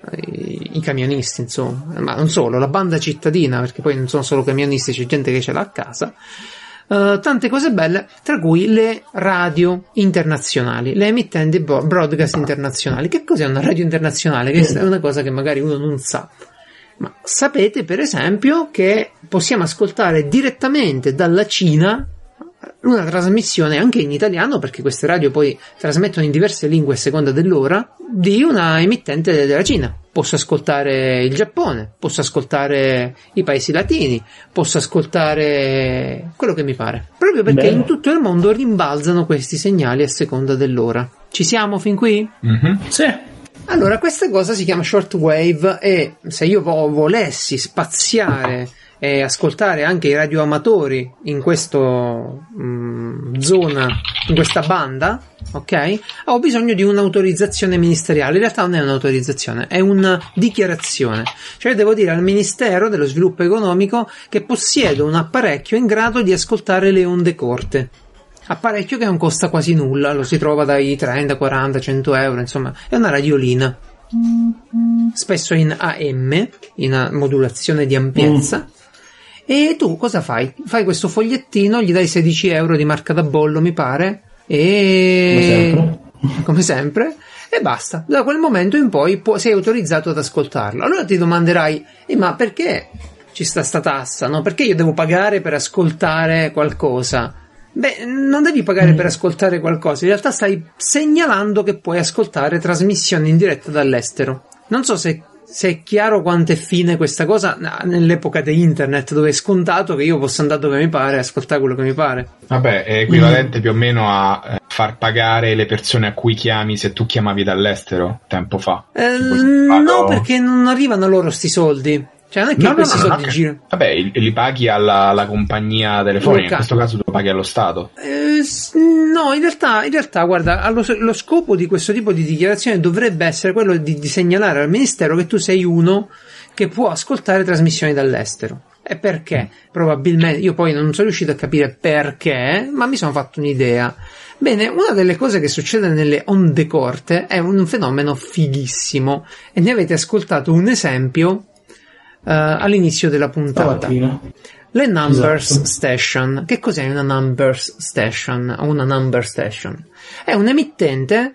i, i camionisti, insomma, ma non solo, la banda cittadina, perché poi non sono solo camionisti, c'è gente che ce l'ha a casa. Uh, tante cose belle, tra cui le radio internazionali, le emittenti broadcast internazionali. Che cos'è una radio internazionale? Questa è una cosa che magari uno non sa. Ma sapete per esempio che possiamo ascoltare direttamente dalla Cina una trasmissione anche in italiano, perché queste radio poi trasmettono in diverse lingue a seconda dell'ora, di una emittente della Cina. Posso ascoltare il Giappone, posso ascoltare i paesi latini, posso ascoltare quello che mi pare, proprio perché Beh. in tutto il mondo rimbalzano questi segnali a seconda dell'ora. Ci siamo fin qui? Mm-hmm. Sì. Allora, questa cosa si chiama shortwave, e se io vo- volessi spaziare e ascoltare anche i radioamatori in questa mh, zona, in questa banda, ok, ho bisogno di un'autorizzazione ministeriale. In realtà non è un'autorizzazione, è una dichiarazione, cioè devo dire al Ministero dello Sviluppo Economico che possiedo un apparecchio in grado di ascoltare le onde corte. apparecchio che non costa quasi nulla, lo si trova dai trenta, quaranta, cento euro, insomma, è una radiolina, spesso in A M, in modulazione di ampiezza. Mm. E tu cosa fai? Fai questo fogliettino, gli dai sedici euro di marca da bollo, mi pare, e come sempre, come sempre e basta. Da quel momento in poi pu- sei autorizzato ad ascoltarlo. Allora ti domanderai, eh, ma perché ci sta sta tassa, no? Perché io devo pagare per ascoltare qualcosa? Beh, non devi pagare mm. per ascoltare qualcosa, in realtà stai segnalando che puoi ascoltare trasmissioni in diretta dall'estero. Non so se Se è chiaro quanto è fine questa cosa nell'epoca di internet, dove è scontato che io possa andare dove mi pare e ascoltare quello che mi pare. Vabbè, è equivalente mm. più o meno a eh, far pagare le persone a cui chiami se tu chiamavi dall'estero tempo fa. Eh, no, perché non arrivano a loro sti soldi. Cioè non è che no, questi no, no, soldi no, girano. Vabbè, li paghi alla, alla compagnia telefonica, in questo caso lo paghi allo Stato. Eh, no, in realtà, in realtà guarda, allo, lo scopo di questo tipo di dichiarazione dovrebbe essere quello di, di segnalare al ministero che tu sei uno che può ascoltare trasmissioni dall'estero. E perché? Probabilmente, io poi non sono riuscito a capire perché, ma mi sono fatto un'idea. Bene, una delle cose che succede nelle onde corte è un fenomeno fighissimo, e ne avete ascoltato un esempio Uh, all'inizio della puntata. Stamattina. Le Numbers esatto. Station. Che cos'è una Numbers Station o una Number Station? È un emittente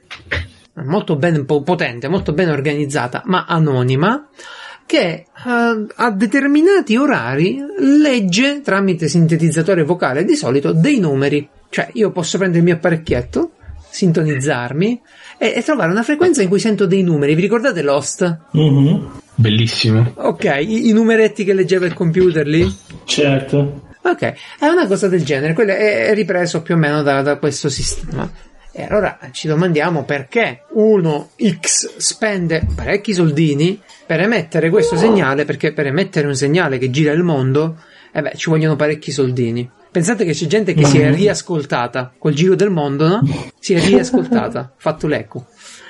molto ben potente, molto ben organizzata, ma anonima, che uh, a determinati orari legge tramite sintetizzatore vocale di solito dei numeri. Cioè io posso prendere il mio apparecchietto, sintonizzarmi e, e trovare una frequenza in cui sento dei numeri. Vi ricordate Lost? Mm-hmm. Bellissimo. Ok, I, i numeretti che leggeva il computer lì? Certo. Ok, è una cosa del genere, quello è, è ripreso più o meno da, da questo sistema. E allora ci domandiamo perché uno X spende parecchi soldini per emettere questo segnale, perché per emettere un segnale che gira il mondo, eh beh, ci vogliono parecchi soldini. Pensate che c'è gente che si è riascoltata col giro del mondo, no? Si è riascoltata, fatto l'eco.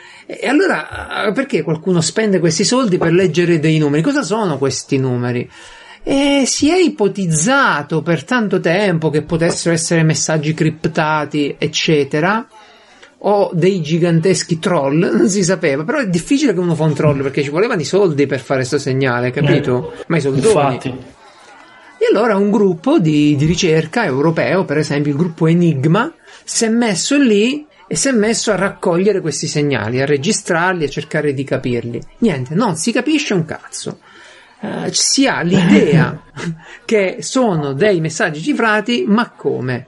E allora, perché qualcuno spende questi soldi per leggere dei numeri? Cosa sono questi numeri? E si è ipotizzato per tanto tempo che potessero essere messaggi criptati, eccetera, o dei giganteschi troll, non si sapeva, però è difficile che uno fa un troll, perché ci volevano i soldi per fare questo segnale, capito? Eh, Ma i soldoni. Infatti. E allora un gruppo di, di ricerca europeo, per esempio il gruppo Enigma, si è messo lì e si è messo a raccogliere questi segnali, a registrarli, a cercare di capirli. Niente, non si capisce un cazzo. Uh, si ha l'idea che sono dei messaggi cifrati, ma come?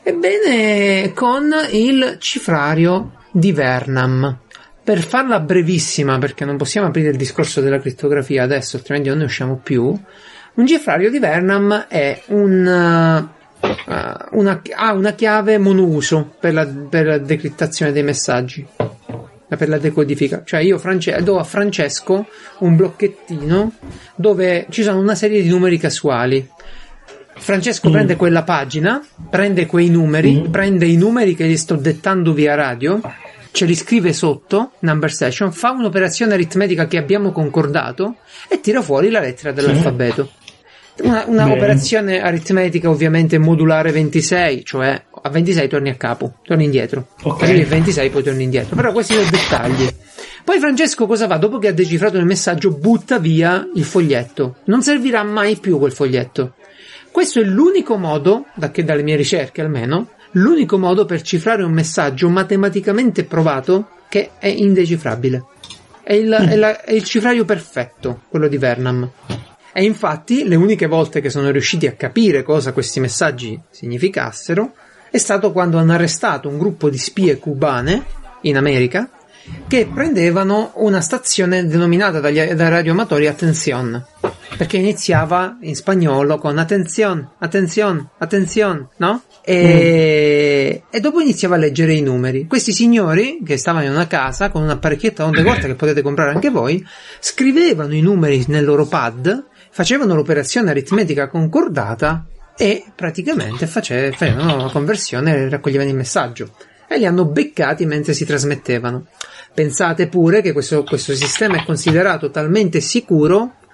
Ebbene, con il cifrario di Vernam. Per farla brevissima, perché non possiamo aprire il discorso della crittografia adesso, altrimenti non ne usciamo più, un cifrario di Vernam è un... Uh, una, ha una chiave monouso per la, per la decrittazione dei messaggi, per la decodifica. Cioè io France- do a Francesco un blocchettino dove ci sono una serie di numeri casuali. Francesco mm. prende quella pagina, prende quei numeri, mm. prende i numeri che gli sto dettando via radio, ce li scrive sotto, number station, fa un'operazione aritmetica che abbiamo concordato e tira fuori la lettera dell'alfabeto. Una, una operazione aritmetica ovviamente modulare ventisei, cioè a ventisei torni a capo, torni indietro. Ok. Arrivi a ventisei poi torni indietro. Però questi sono dettagli. Poi Francesco cosa fa? Dopo che ha decifrato il messaggio, butta via il foglietto. Non servirà mai più quel foglietto. Questo è l'unico modo, da che dalle mie ricerche almeno, l'unico modo per cifrare un messaggio matematicamente provato che è indecifrabile. È il, mm. è la, è il cifrario perfetto, quello di Vernam. E infatti le uniche volte che sono riusciti a capire cosa questi messaggi significassero è stato quando hanno arrestato un gruppo di spie cubane in America che prendevano una stazione denominata dagli, dai radioamatori Atención, perché iniziava in spagnolo con Atención, Atención, Atención, no? E, mm. e dopo iniziava a leggere i numeri. Questi signori che stavano in una casa con un apparecchietto a onde corte che potete comprare anche voi, scrivevano i numeri nel loro pad, facevano l'operazione aritmetica concordata e praticamente face- facevano la conversione e raccoglievano il messaggio. E li hanno beccati mentre si trasmettevano. Pensate pure che questo, questo sistema è considerato talmente sicuro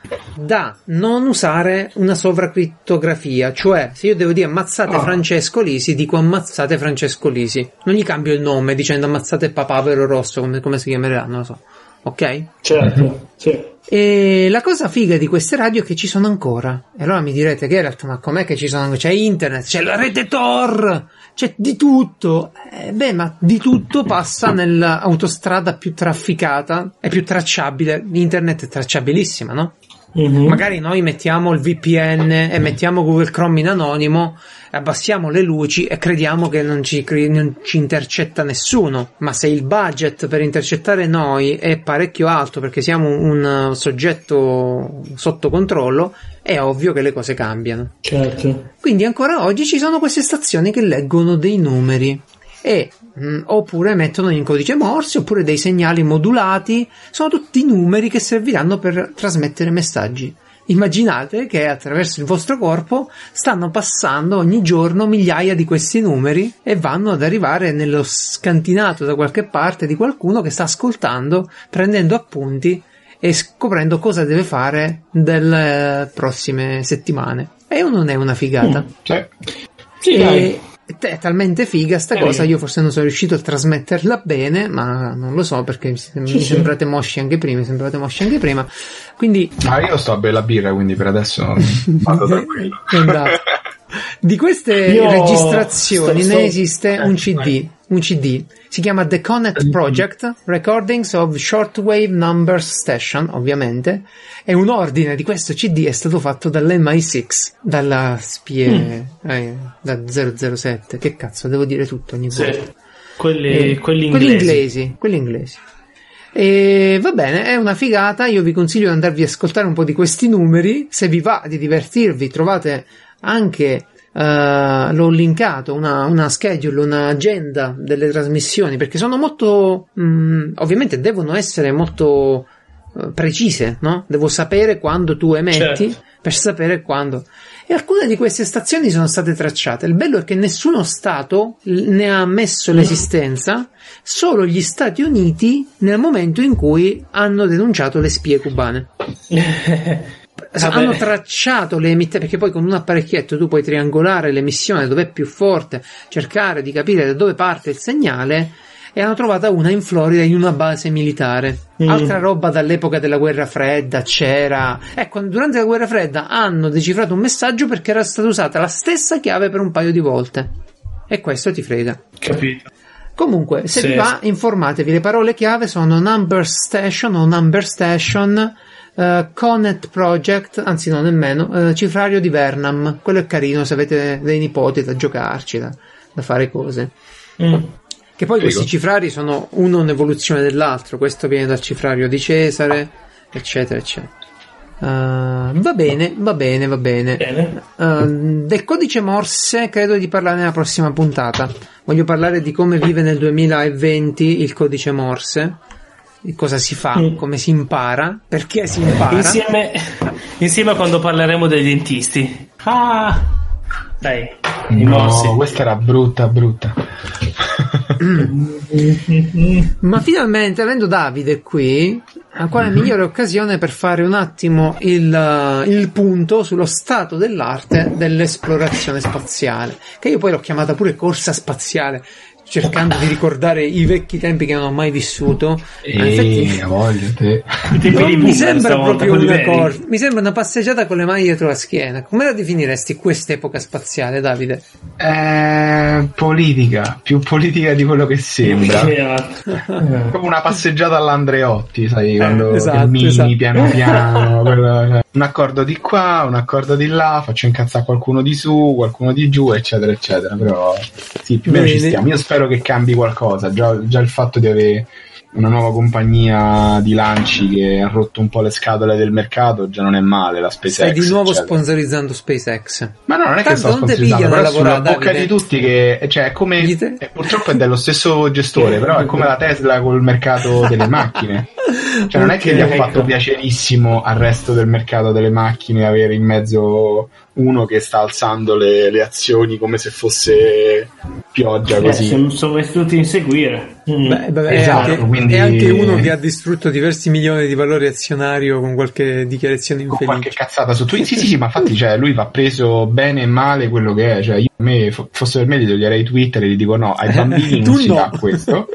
da non usare una sovracrittografia, cioè se io devo dire ammazzate oh. Francesco Lisi, dico ammazzate Francesco Lisi, non gli cambio il nome dicendo ammazzate Papavero Rosso, come, come si chiamerà, non lo so, ok? Certo, sì. E la cosa figa di queste radio è che ci sono ancora. E allora mi direte, Geralt, ma com'è che ci sono ancora? C'è internet, c'è la rete Tor, c'è di tutto. Eh, beh, ma di tutto passa nell'autostrada più trafficata e più tracciabile. Internet è tracciabilissima, no? Mm-hmm. Magari noi mettiamo il V P N e mettiamo Google Chrome in anonimo, abbassiamo le luci e crediamo che non ci, non ci intercetta nessuno, ma se il budget per intercettare noi è parecchio alto perché siamo un soggetto sotto controllo, è ovvio che le cose cambiano. Certo. Quindi ancora oggi ci sono queste stazioni che leggono dei numeri e mh, oppure mettono in codice Morse oppure dei segnali modulati, sono tutti numeri che serviranno per trasmettere messaggi. Immaginate che attraverso il vostro corpo stanno passando ogni giorno migliaia di questi numeri e vanno ad arrivare nello scantinato da qualche parte di qualcuno che sta ascoltando, prendendo appunti e scoprendo cosa deve fare nelle prossime settimane. E non è una figata. Mm, cioè, sì, e, dai. È talmente figa sta eh, cosa, io forse non sono riuscito a trasmetterla bene, ma non lo so perché mi, sem- sì, mi sembrate sì. mosci anche prima, mi sembrate mosci anche prima. Quindi ma io sto a bella birra, quindi per adesso vado tranquillo. Di queste io registrazioni sto, sto... ne esiste eh, un C D, un C D. Si chiama The Connect Project, Recordings of Shortwave Number Station, ovviamente, e un ordine di questo C D è stato fatto dall'M I sei, dalla spie, mm. eh, da zero zero sette, che cazzo, devo dire tutto ogni volta. Sì. Quelli, eh, quelli inglesi. Quelli inglesi, quelli inglesi. E va bene, è una figata, io vi consiglio di andarvi a ascoltare un po' di questi numeri, se vi va di divertirvi trovate anche... Uh, l'ho linkato una, una schedule, un'agenda delle trasmissioni perché sono molto mh, ovviamente devono essere molto uh, precise, no? Devo sapere quando tu emetti, certo, per sapere quando, e alcune di queste stazioni sono state tracciate. Il bello è che nessuno stato ne ha ammesso l'esistenza, solo gli Stati Uniti nel momento in cui hanno denunciato le spie cubane. Hanno tracciato le emittenti, perché poi con un apparecchietto tu puoi triangolare l'emissione dove è più forte, cercare di capire da dove parte il segnale, e hanno trovata una in Florida in una base militare. Mm. Altra roba dall'epoca della guerra fredda c'era, ecco, durante la guerra fredda hanno decifrato un messaggio perché era stata usata la stessa chiave per un paio di volte, e questo ti frega, capito? Comunque, se sì. vi va, informatevi, le parole chiave sono Number Station o Number Station, Uh, Connect Project, anzi no nemmeno, uh, cifrario di Vernam, quello è carino se avete dei nipoti da giocarci, da, da fare cose. Mm. Che poi Prego. Questi cifrari sono uno un'evoluzione dell'altro, questo viene dal cifrario di Cesare, eccetera eccetera. Uh, va bene, va bene, va bene. bene. Uh, del codice Morse credo di parlare nella prossima puntata. Voglio parlare di come vive nel duemilaventi il codice Morse. Cosa si fa, mm. come si impara, perché si impara insieme, insieme a quando parleremo dei dentisti. Ah, dai, no, questa era brutta brutta. Ma finalmente, avendo Davide qui, quale migliore occasione per fare un attimo il, il punto sullo stato dell'arte dell'esplorazione spaziale, che io poi l'ho chiamata pure corsa spaziale, cercando di ricordare i vecchi tempi che non ho mai vissuto. Ehi, voglio te. Non mi sembra proprio una corsa, mi sembra una passeggiata con le mani dietro la schiena. Come la definiresti quest'epoca spaziale, Davide? Eh, politica, più politica di quello che sembra. Come una passeggiata all'Andreotti, sai, quando esatto, cammini esatto. piano piano, quello, un accordo di qua, un accordo di là, faccio incazzare qualcuno di su, qualcuno di giù, eccetera eccetera. Però sì, più o meno ci stiamo. Io spero che cambi qualcosa, già, già il fatto di avere una nuova compagnia di lanci che ha rotto un po' le scatole del mercato già non è male, la SpaceX. Stai di nuovo eccetera. Sponsorizzando SpaceX. Ma no, non è Tanto che sto sponsorizzando, però sulla bocca di tutti che, cioè, è come, è, purtroppo è dello stesso gestore, però è come la Tesla col mercato delle macchine. Cioè non è che gli ha fatto piacerissimo al resto del mercato delle macchine avere in mezzo uno che sta alzando le, le azioni come se fosse pioggia, così. Eh, sono messi tutti a inseguire. Mm. Beh, beh, Esatto, è, anche, quindi- è anche uno che ha distrutto diversi milioni di valore azionario con qualche dichiarazione Con infelice. qualche cazzata su Twitter. Sì, sì, sì, ma infatti, cioè, lui va preso bene e male quello che è. Cioè, io, a me, fo- fosse per me, gli toglierei Twitter e gli dico no, ai bambini Tu non si no. dà questo.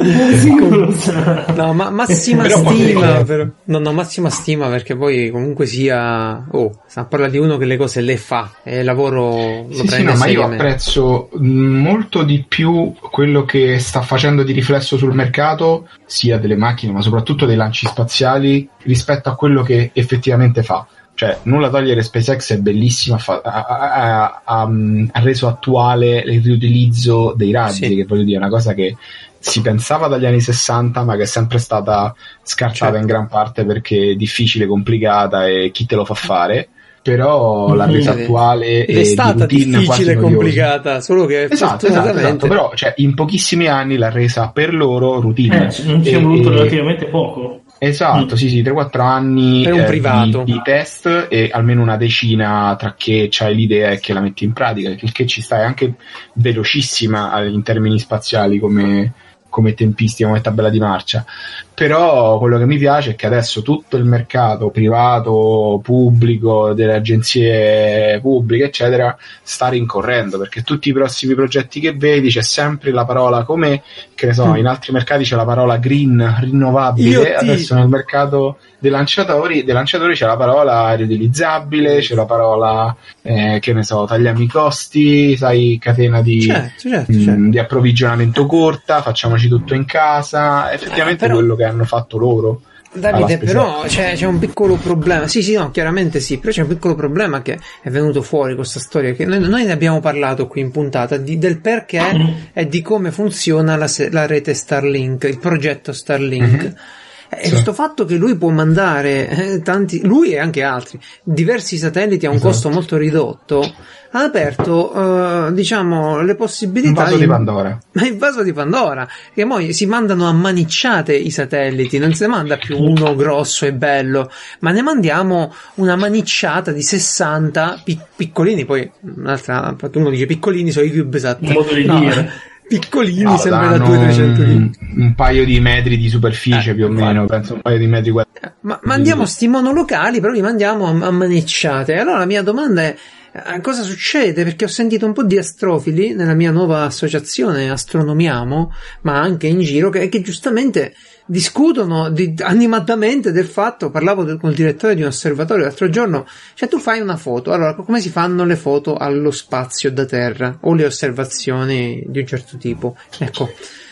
No, ma massima Però posso stima, dire- però. No, no, massima stima perché poi comunque sia, oh, stiamo parlando di uno che le cose le fa e il lavoro lo Sì, sì, prende no, ma io seriamente. apprezzo mh, molto di più quello che sta facendo di riflesso sul mercato, sia delle macchine, ma soprattutto dei lanci spaziali, rispetto a quello che effettivamente fa. Cioè, nulla togliere, SpaceX è bellissima, fa- ha, ha- ha- ha, mh, ha reso attuale il riutilizzo dei razzi, Sì. che voglio dire, è una cosa che si pensava dagli anni sessanta, ma che è sempre stata scartata Certo. in gran parte perché è difficile, complicata e chi te lo fa fare. Però l'ha resa Ed è- attuale Ed e è di stata routine quasi difficile e noiosa. complicata, solo che Esatto, esatto, fortunatamente esatto, però cioè, in pochissimi anni l'ha resa per loro routine. Eh, non ci è E- voluto e- relativamente poco. Esatto, Mm. sì, sì, tre quattro anni Per un eh, privato. di, di test e almeno una decina tra che c'hai l'idea e che la metti in pratica, il che ci sta, è anche velocissima eh, in termini spaziali come, come tempistica, come tabella di marcia. Però quello che mi piace è che adesso tutto il mercato privato, pubblico, delle agenzie pubbliche, eccetera, sta rincorrendo, perché tutti i prossimi progetti che vedi c'è sempre la parola, come che ne so, Mm. in altri mercati c'è la parola green, rinnovabile, Io ti- adesso nel mercato dei lanciatori, dei lanciatori c'è la parola riutilizzabile, c'è la parola eh, che ne so, tagliamo i costi, sai, catena di, certo, certo, mh, certo. di approvvigionamento corta, facciamoci tutto in casa, effettivamente Eh, però- quello che hanno fatto loro. Davide, alla però c'è, c'è un piccolo problema. Sì, sì, no, chiaramente sì, però c'è un piccolo problema che è venuto fuori con questa storia, che noi, noi ne abbiamo parlato qui in puntata, di- del perché e di come funziona la, se- la rete Starlink, il progetto Starlink. Mhm. E Sì. questo fatto che lui può mandare eh, tanti, lui e anche altri, diversi satelliti a un Esatto. costo molto ridotto, ha aperto, eh, diciamo, le Un possibilità vaso di Pandora. Ma il vaso di Pandora, che poi si mandano a manicciate i satelliti, non se ne manda più uno grosso e bello, ma ne mandiamo una manicciata di sessanta pi- piccolini, poi un'altra, uno dice piccolini sono i CubeSat. Un modo di No, dire. piccolini No, sempre da danno duecento trecento un, kg. un paio di metri di superficie Eh, più o meno, penso un paio di metri quadrati. Ma mandiamo sti monolocali, però li mandiamo a, a manicciate. Allora la mia domanda è: eh, cosa succede? Perché ho sentito un po' di astrofili nella mia nuova associazione Astronomiamo, ma anche in giro, che, che giustamente discutono di, animatamente del fatto. Parlavo del, con il direttore di un osservatorio l'altro giorno, cioè tu fai una foto, allora come si fanno le foto allo spazio da terra o le osservazioni di un certo tipo? Ecco,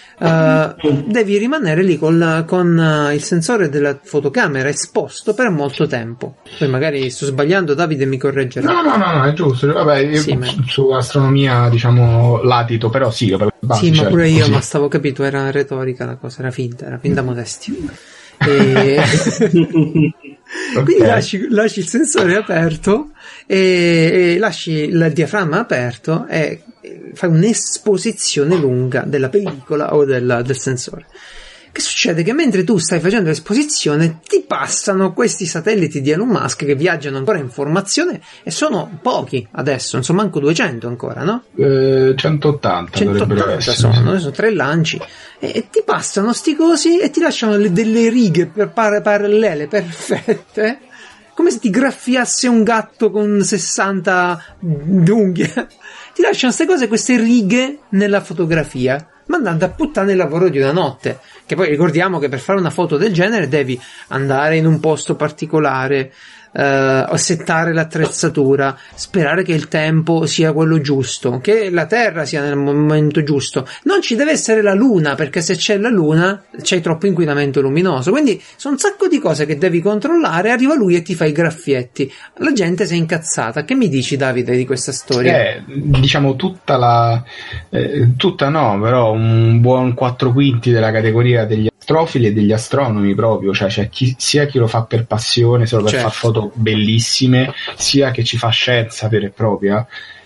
Uh, devi rimanere lì col, con uh, il sensore della fotocamera esposto per molto tempo. Poi magari sto sbagliando, Davide mi correggerà. No, no, no, no, è giusto. Vabbè, io Sì, ma- su, su astronomia, diciamo, latito, però sì, per le basi, Sì, ma certo, pure io, così. ma stavo capito, era retorica la cosa, era finta, era finta modestia. E... Quindi Ok. lasci, lasci il sensore aperto e, e lasci il diaframma aperto e fai un'esposizione lunga della pellicola o della, del sensore. Che succede? Che mentre tu stai facendo l'esposizione ti passano questi satelliti di Elon Musk che viaggiano ancora in formazione e sono pochi adesso, non sono manco duecento ancora, no? Eh, centottanta dovrebbero centottanta essere. sono, sono tre lanci e, e ti passano sti cosi e ti lasciano le- delle righe per par- parallele perfette, come se ti graffiasse un gatto con sessanta unghie. Ti lasciano queste cose, queste righe nella fotografia, mandando a puttane il lavoro di una notte. Che poi ricordiamo che per fare una foto del genere devi andare in un posto particolare, eh, settare l'attrezzatura, sperare che il tempo sia quello giusto, che la Terra sia nel momento giusto. Non ci deve essere la Luna, perché se c'è la Luna c'è troppo inquinamento luminoso. Quindi sono un sacco di cose che devi controllare. Arriva lui e ti fa i graffietti. La gente si è incazzata. Che mi dici, Davide, di questa storia? Eh, diciamo tutta la eh, tutta no, però un buon quattro quinti della categoria degli astrofili e degli astronomi proprio, cioè c'è chi, sia chi lo fa per passione, solo per Certo. far foto bellissime, sia che ci fa scienza vera e propria.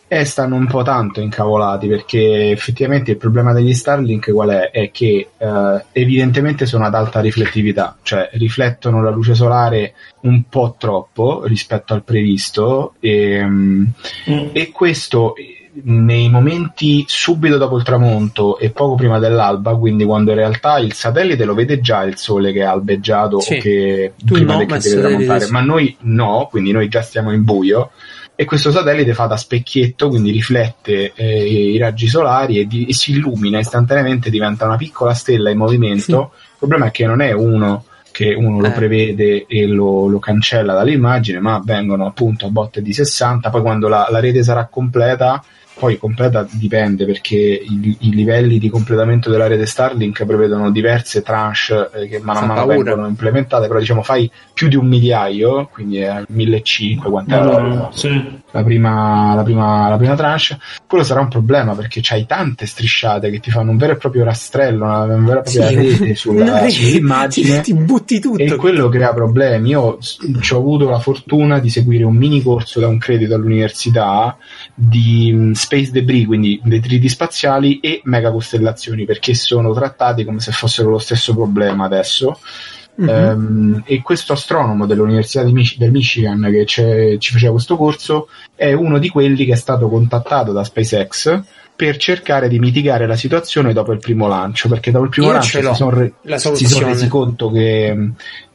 E stanno un po' tanto incavolati, perché effettivamente il problema degli Starlink qual è? È che eh, evidentemente sono ad alta riflettività, cioè riflettono la luce solare un po' troppo rispetto al previsto e, mm. e questo nei momenti subito dopo il tramonto e poco prima dell'alba, quindi quando in realtà il satellite lo vede già il sole che è albeggiato sì. o che tu prima no, che deve tramontare, ma noi no, quindi noi già stiamo in buio. E questo satellite fa da specchietto, quindi riflette eh, i raggi solari e, di, e si illumina istantaneamente, diventa una piccola stella in movimento. Sì. Il problema è che non è uno che uno lo eh. prevede e lo, lo cancella dall'immagine, ma vengono appunto a botte di sessanta. Poi quando la, la rete sarà completa, poi completa dipende, perché i, i livelli di completamento della rete Starlink prevedono diverse tranche eh, che mano a mano vengono implementate, però diciamo fai più di un migliaio, quindi è millecinquecento, quant'è no, la, sì. la, prima, la, prima, la prima tranche. Quello sarà un problema, perché c'hai tante strisciate che ti fanno un vero e proprio rastrello, una, una vera e propria sì, rete sulla, sull'immagine, ti, ti butti tutto, e quello crea problemi. Io ci ho avuto la fortuna di seguire un mini corso da un credito all'università di space debris, quindi detriti spaziali e megacostellazioni, perché sono trattati come se fossero lo stesso problema adesso. Mm-hmm. Um, e questo astronomo dell'Università di Mich- del Michigan che ci faceva questo corso è uno di quelli che è stato contattato da SpaceX per cercare di mitigare la situazione dopo il primo lancio, perché dopo il primo Io lancio si sono, re- si sono resi conto che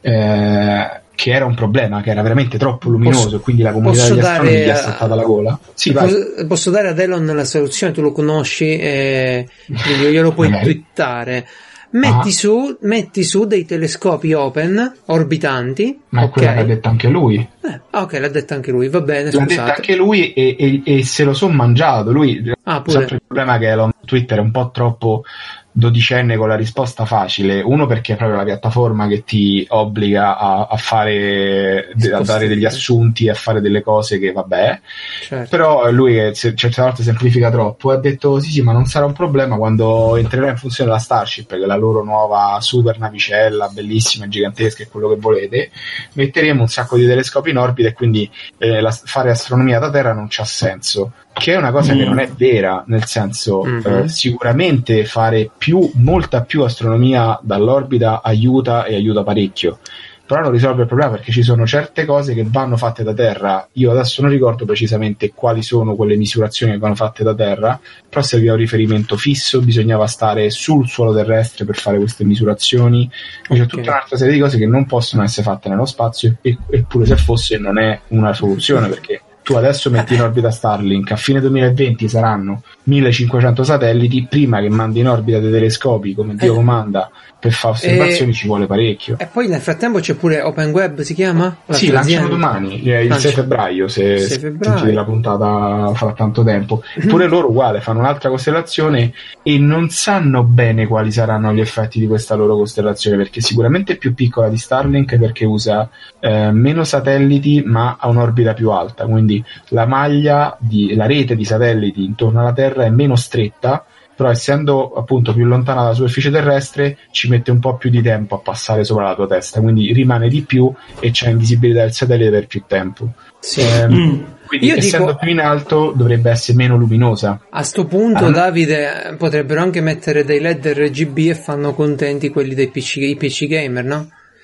eh, che era un problema, che era veramente troppo luminoso, posso, e quindi la comunità degli astronomi gli è saltata la gola. Sì, posso, posso dare ad Elon la soluzione, tu lo conosci e quindi glielo puoi twittare. Metti ah. su metti su dei telescopi open orbitanti. Ma okay. quello l'ha detto anche lui. Eh, ok, l'ha detto anche lui, va bene, l'ha scusate. detto anche lui e, e, e se lo son mangiato lui. Ah, pure. Sempre il problema è che Elon Twitter è un po' troppo dodicenne con la risposta facile. Uno, perché è proprio la piattaforma che ti obbliga a, a fare a dare degli assunti, a fare delle cose che vabbè, certo. Però lui che certe volte semplifica troppo, ha detto sì sì ma non sarà un problema quando entrerà in funzione la Starship, che è la loro nuova super navicella bellissima, gigantesca e quello che volete, metteremo un sacco di telescopi in orbita e quindi eh, la, fare astronomia da terra non c'ha senso, che è una cosa mm. che non è vera, nel senso mm-hmm. eh, sicuramente fare più, molta più astronomia dall'orbita aiuta e aiuta parecchio, però non risolve il problema, perché ci sono certe cose che vanno fatte da terra. Io adesso non ricordo precisamente quali sono quelle misurazioni che vanno fatte da terra, però serviva un riferimento fisso, bisognava stare sul suolo terrestre per fare queste misurazioni, okay. C'è tutta un'altra serie di cose che non possono essere fatte nello spazio, e, eppure se fosse non è una soluzione, perché tu adesso metti in orbita Starlink, a fine duemilaventi saranno millecinquecento satelliti, prima che mandi in orbita dei telescopi come Dio comanda per fare osservazioni e... ci vuole parecchio. E poi nel frattempo c'è pure OpenWeb, si chiama? La sì, lanciano domani, il Lancia. sei febbraio, se sentite la puntata fra tanto tempo. Pure loro uguale, fanno un'altra costellazione e non sanno bene quali saranno gli effetti di questa loro costellazione, perché sicuramente è più piccola di Starlink, perché usa eh, meno satelliti ma ha un'orbita più alta, quindi la maglia di, la rete di satelliti intorno alla Terra è meno stretta, però essendo appunto più lontana dalla superficie terrestre ci mette un po' più di tempo a passare sopra la tua testa, quindi rimane di più e c'è invisibilità del satellite per più tempo. Sì. Ehm, mm. Quindi Io essendo dico, più in alto dovrebbe essere meno luminosa. A sto punto ah, Davide potrebbero anche mettere dei L E D R G B e fanno contenti quelli dei P C, i P C gamer, no?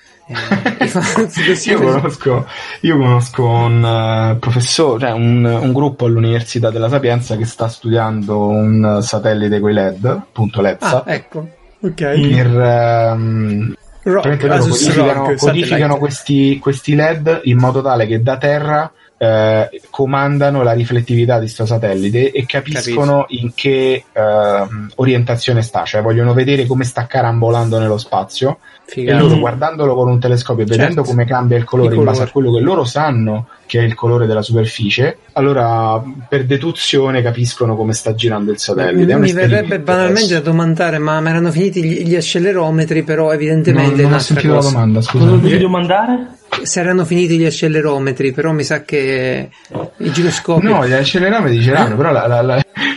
io conosco io conosco un uh, professore, cioè un, un gruppo all'Università della Sapienza che sta studiando un satellite con i L E D, appunto l'ETSAT. Ah, ecco, ok. Per um, rock, loro codificano, rock, codificano questi, questi L E D in modo tale che da terra eh, comandano la riflettività di sto satellite e capiscono Capito. in che eh, orientazione sta, cioè vogliono vedere come sta carambolando nello spazio. Figa. E loro guardandolo con un telescopio e certo. vedendo come cambia il colore, il colore in base a quello che loro sanno che è il colore della superficie, allora per deduzione capiscono come sta girando il satellite. Mi verrebbe banalmente da domandare, ma mi erano finiti gli, gli accelerometri, però evidentemente non, non ho sentito cosa. la domanda, scusa. Cosa devi domandare? Se erano finiti gli accelerometri, però mi sa che i giroscopi. No, gli accelerometri c'erano, però la, la, la,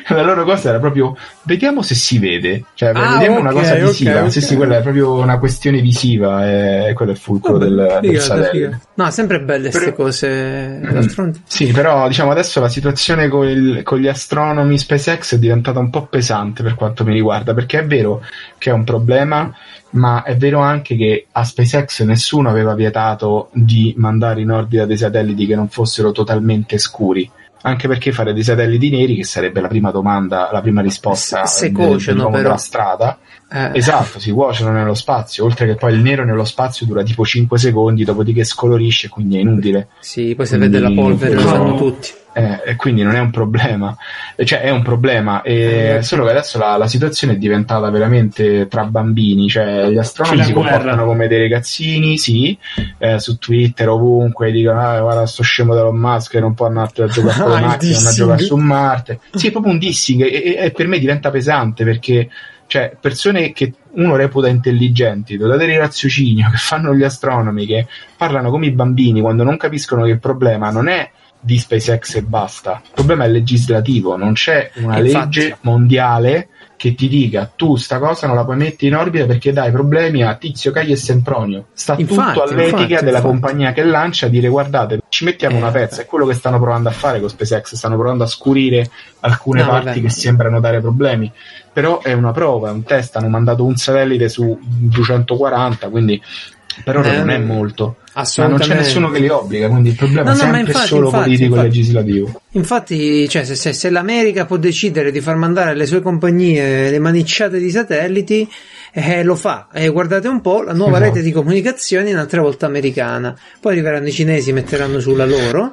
la loro cosa era proprio vediamo se si vede, cioè ah, vediamo okay, una cosa visiva, okay, okay. sì sì, quella è proprio una questione visiva e quello è il fulcro Vabbè, del, figa, del satellite. figa. No, sempre belle queste Però, cose. Mm, sì, però diciamo adesso la situazione con, il, con gli astronomi SpaceX è diventata un po' pesante per quanto mi riguarda, perché è vero che è un problema, ma è vero anche che a SpaceX nessuno aveva vietato di mandare in orbita dei satelliti che non fossero totalmente scuri. Anche perché fare dei satelliti neri, che sarebbe la prima domanda, la prima risposta se del, cuociono però della strada, eh. esatto, si cuociono nello spazio, oltre che poi il nero nello spazio dura tipo cinque secondi, dopodiché scolorisce, quindi è inutile. Sì, poi se quindi, vede la polvere lo sanno tutti. Eh, e quindi non è un problema, cioè è un problema, e eh, solo che adesso la, la situazione è diventata veramente tra bambini, cioè gli astronomi si comportano come dei ragazzini, sì, eh, su Twitter ovunque dicono ah, guarda sto scemo dell'Elon Musk che non può andare a giocare con le macchine, non a giocare su Marte, sì, è proprio un dissing, e, e, e per me diventa pesante, perché cioè persone che uno reputa intelligenti, dotate di raziocinio, che fanno gli astronomi, che parlano come i bambini quando non capiscono che il problema non è di SpaceX e basta, il problema è legislativo, non c'è una Infatti. legge mondiale che ti dica tu sta cosa non la puoi mettere in orbita perché dai problemi a Tizio, Caio e Sempronio. Sta infatti, tutto all'etica infatti, della infatti. compagnia che lancia, a dire guardate ci mettiamo eh, una pezza, è quello che stanno provando a fare con SpaceX, stanno provando a scurire alcune no, parti vabbè, che no. sembrano dare problemi, però è una prova, è un test, hanno mandato un satellite su duecentoquaranta, quindi per ora eh, non è molto, ma non assolutamente. c'è nessuno che li obbliga, quindi il problema No, è no, ma sempre infatti, solo infatti, politico infatti. e legislativo. Infatti, cioè, se, se, se l'America può decidere di far mandare alle sue compagnie le manicciate di satelliti, eh, lo fa. E guardate un po', la nuova Esatto. rete di comunicazioni è un'altra volta americana. Poi arriveranno i cinesi, metteranno sulla loro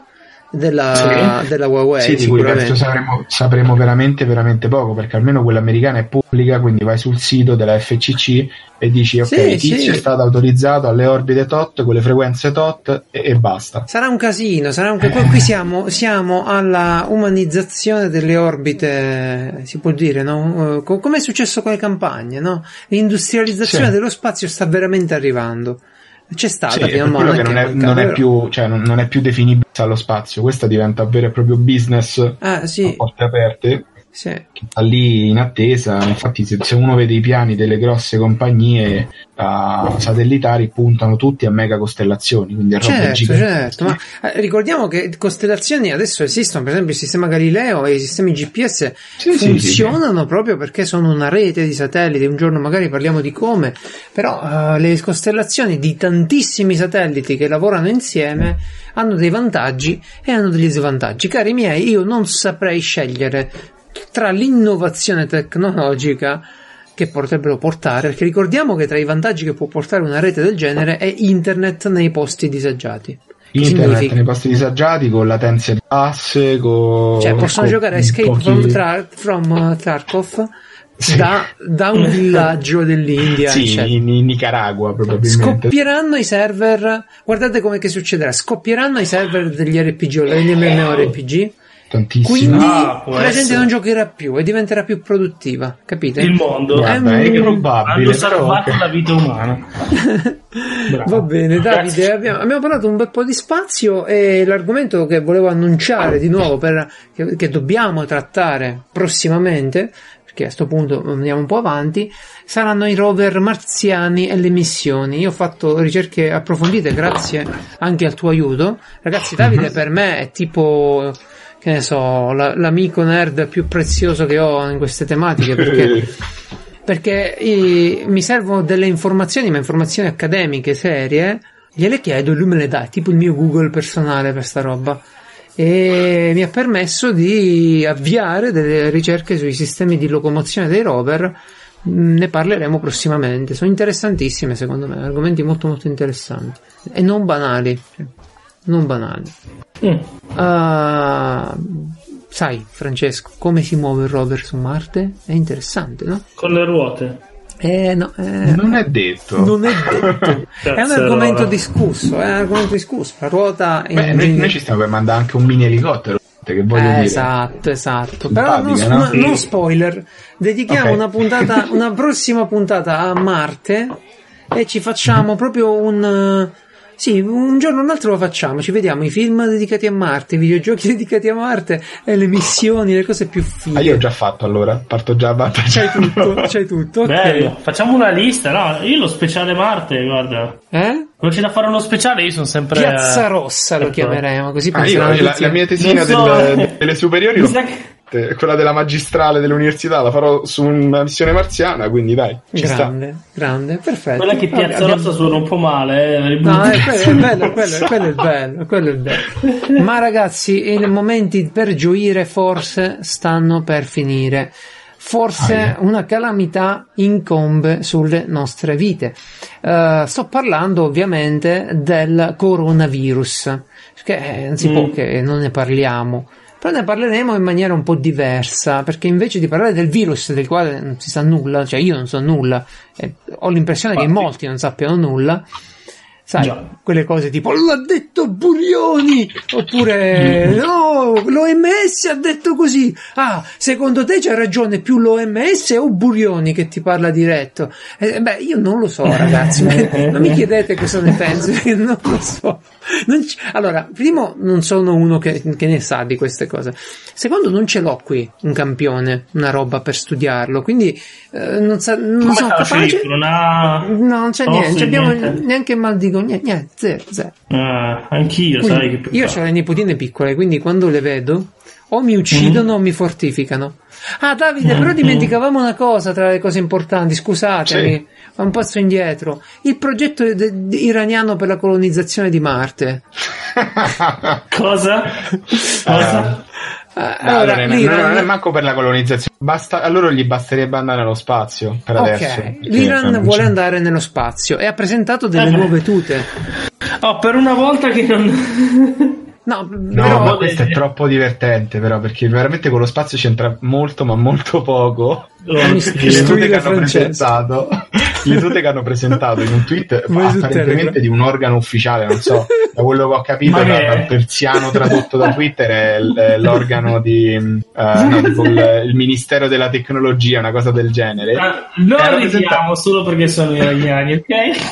della, sì. della Huawei, sì, di cui penso sapremo, sapremo veramente veramente poco, perché almeno quella americana è pubblica, quindi vai sul sito della F C C e dici ok, sì, Tizio sì. è stato autorizzato alle orbite tot con le frequenze tot e, e basta. Sarà un casino, sarà un... Qui, qui siamo, siamo alla umanizzazione delle orbite, si può dire, no? Come è successo con le campagne, no? L'industrializzazione sì. dello spazio sta veramente arrivando. C'è stata sì, fino a quello che non è, mancato, non è però... più, cioè non, non è più definibile allo spazio, questa diventa vero e proprio business ah, sì. a porte aperte. Sì. Che sta lì in attesa. Infatti se, se uno vede i piani delle grosse compagnie uh, satellitari puntano tutti a mega costellazioni, quindi a robe certo, giganti. certo, ma eh, ricordiamo che costellazioni adesso esistono, per esempio il sistema Galileo e i sistemi G P S sì, funzionano sì, sì. proprio perché sono una rete di satelliti, un giorno magari parliamo di come, però uh, le costellazioni di tantissimi satelliti che lavorano insieme hanno dei vantaggi e hanno degli svantaggi. Cari miei, io non saprei scegliere tra l'innovazione tecnologica che potrebbero portare, perché ricordiamo che tra i vantaggi che può portare una rete del genere è internet nei posti disagiati. Internet significa? nei posti disagiati con latenze basse, con... cioè possono con giocare a Escape pochi... from, Tar- from uh, Tarkov sì. da, da un villaggio dell'India, sì, cioè. in, in Nicaragua probabilmente. Scoppieranno i server, guardate come che succederà, scoppieranno i server degli R P G o degli MMORPG. Tantissimo. Quindi ah, la gente essere. non giocherà più e diventerà più produttiva, capite? Il mondo Guarda, è, un... è probabile, hanno salvato però... la vita umana. Va bene, Davide, abbiamo, abbiamo parlato un bel po' di spazio e l'argomento che volevo annunciare di nuovo per, che, che dobbiamo trattare prossimamente, perché a sto punto andiamo un po' avanti, saranno i rover marziani e le missioni. Io ho fatto ricerche approfondite grazie anche al tuo aiuto. Ragazzi, Davide per me è tipo... che ne so, la, l'amico nerd più prezioso che ho in queste tematiche, perché perché i, mi servono delle informazioni, ma informazioni accademiche serie, gliele chiedo e lui me le dà, è tipo il mio Google personale per sta roba, e mi ha permesso di avviare delle ricerche sui sistemi di locomozione dei rover. Ne parleremo prossimamente, sono interessantissime secondo me, argomenti molto molto interessanti e non banali, non banali. Mm. Uh, sai, Francesco, come si muove il rover su Marte? È interessante, no? Con le ruote. Eh, no, eh, non è detto. Non è detto. È un argomento discusso, è un argomento discusso. La ruota in Beh, noi, noi ci stiamo per mandare anche un mini elicottero, che voglio eh, dire. Esatto, esatto. Simpatica, però non, no? non, Sì. non spoiler. Dedichiamo Okay. una puntata, una prossima puntata a Marte e ci facciamo proprio un Sì, un giorno o un altro lo facciamo, ci vediamo i film dedicati a Marte, i videogiochi dedicati a Marte e le missioni, le cose più fighe. Ah, io ho già fatto allora, parto già a C'hai tutto, c'hai tutto. Okay. Bello, facciamo una lista, no? Io lo speciale Marte, guarda. Eh? Non c'è da fare uno speciale, io sono sempre... Piazza Rossa lo ecco. chiameremo, così Ah, io, la, la mia tesina so. del, delle superiori Mi sa che... quella della magistrale dell'università la farò su una missione marziana, quindi dai, ci grande, sta. grande, perfetto. Quella che Piazza Abbiamo... Rossa suona un po' male, eh. No, è quello, è bello, quello, quello è bello, quello è bello. Ma ragazzi, i momenti per gioire forse stanno per finire. Forse ah, yeah. una calamità incombe sulle nostre vite. Uh, sto parlando ovviamente del coronavirus, perché non si mm. può che non ne parliamo. Però ne parleremo in maniera un po' diversa, perché invece di parlare del virus del quale non si sa nulla, cioè io non so nulla, e ho l'impressione Infatti. che molti non sappiano nulla, sai, Già. quelle cose tipo l'ha detto Burioni, oppure mm. no, l'O M S ha detto così. Ah, secondo te c'ha ragione più l'O M S o Burioni che ti parla diretto? Eh, beh, io non lo so, ragazzi, non mi chiedete cosa ne penso, non lo so. Non c- allora, primo, non sono uno che, che ne sa di queste cose. Secondo, non ce l'ho qui un campione, una roba per studiarlo, quindi eh, non, sa- non sono capace. Non ha... No, non c'è oh, niente, abbiamo niente. neanche mal dico niente, niente, zero, zero. Ah, anch'io, quindi, sai che io ho le nipotine piccole, quindi quando le vedo o mi uccidono mm-hmm. o mi fortificano. Ah, Davide, mm-hmm. però dimenticavamo una cosa tra le cose importanti, scusatemi, sì. un passo indietro. Il progetto de- de- iraniano per la colonizzazione di Marte. Cosa? Cosa? Uh, allora, allora l'Iran... non è manco per la colonizzazione, basta, a loro gli basterebbe andare nello spazio per okay. adesso. L'Iran sì, vuole andare nello spazio e ha presentato delle eh. nuove tute. Oh, per una volta che non... No, no però... ma questo è troppo divertente, però, perché veramente con lo spazio c'entra molto, ma molto poco. Oh, le tute che hanno presentato, le tute che hanno presentato in un tweet apparentemente di un organo ufficiale, non so, da quello che ho capito da, dal persiano tradotto da Twitter è l- l'organo di uh, no, tipo il, il Ministero della Tecnologia, una cosa del genere. Ah, non lo presentato... solo perché sono iraniani, ok?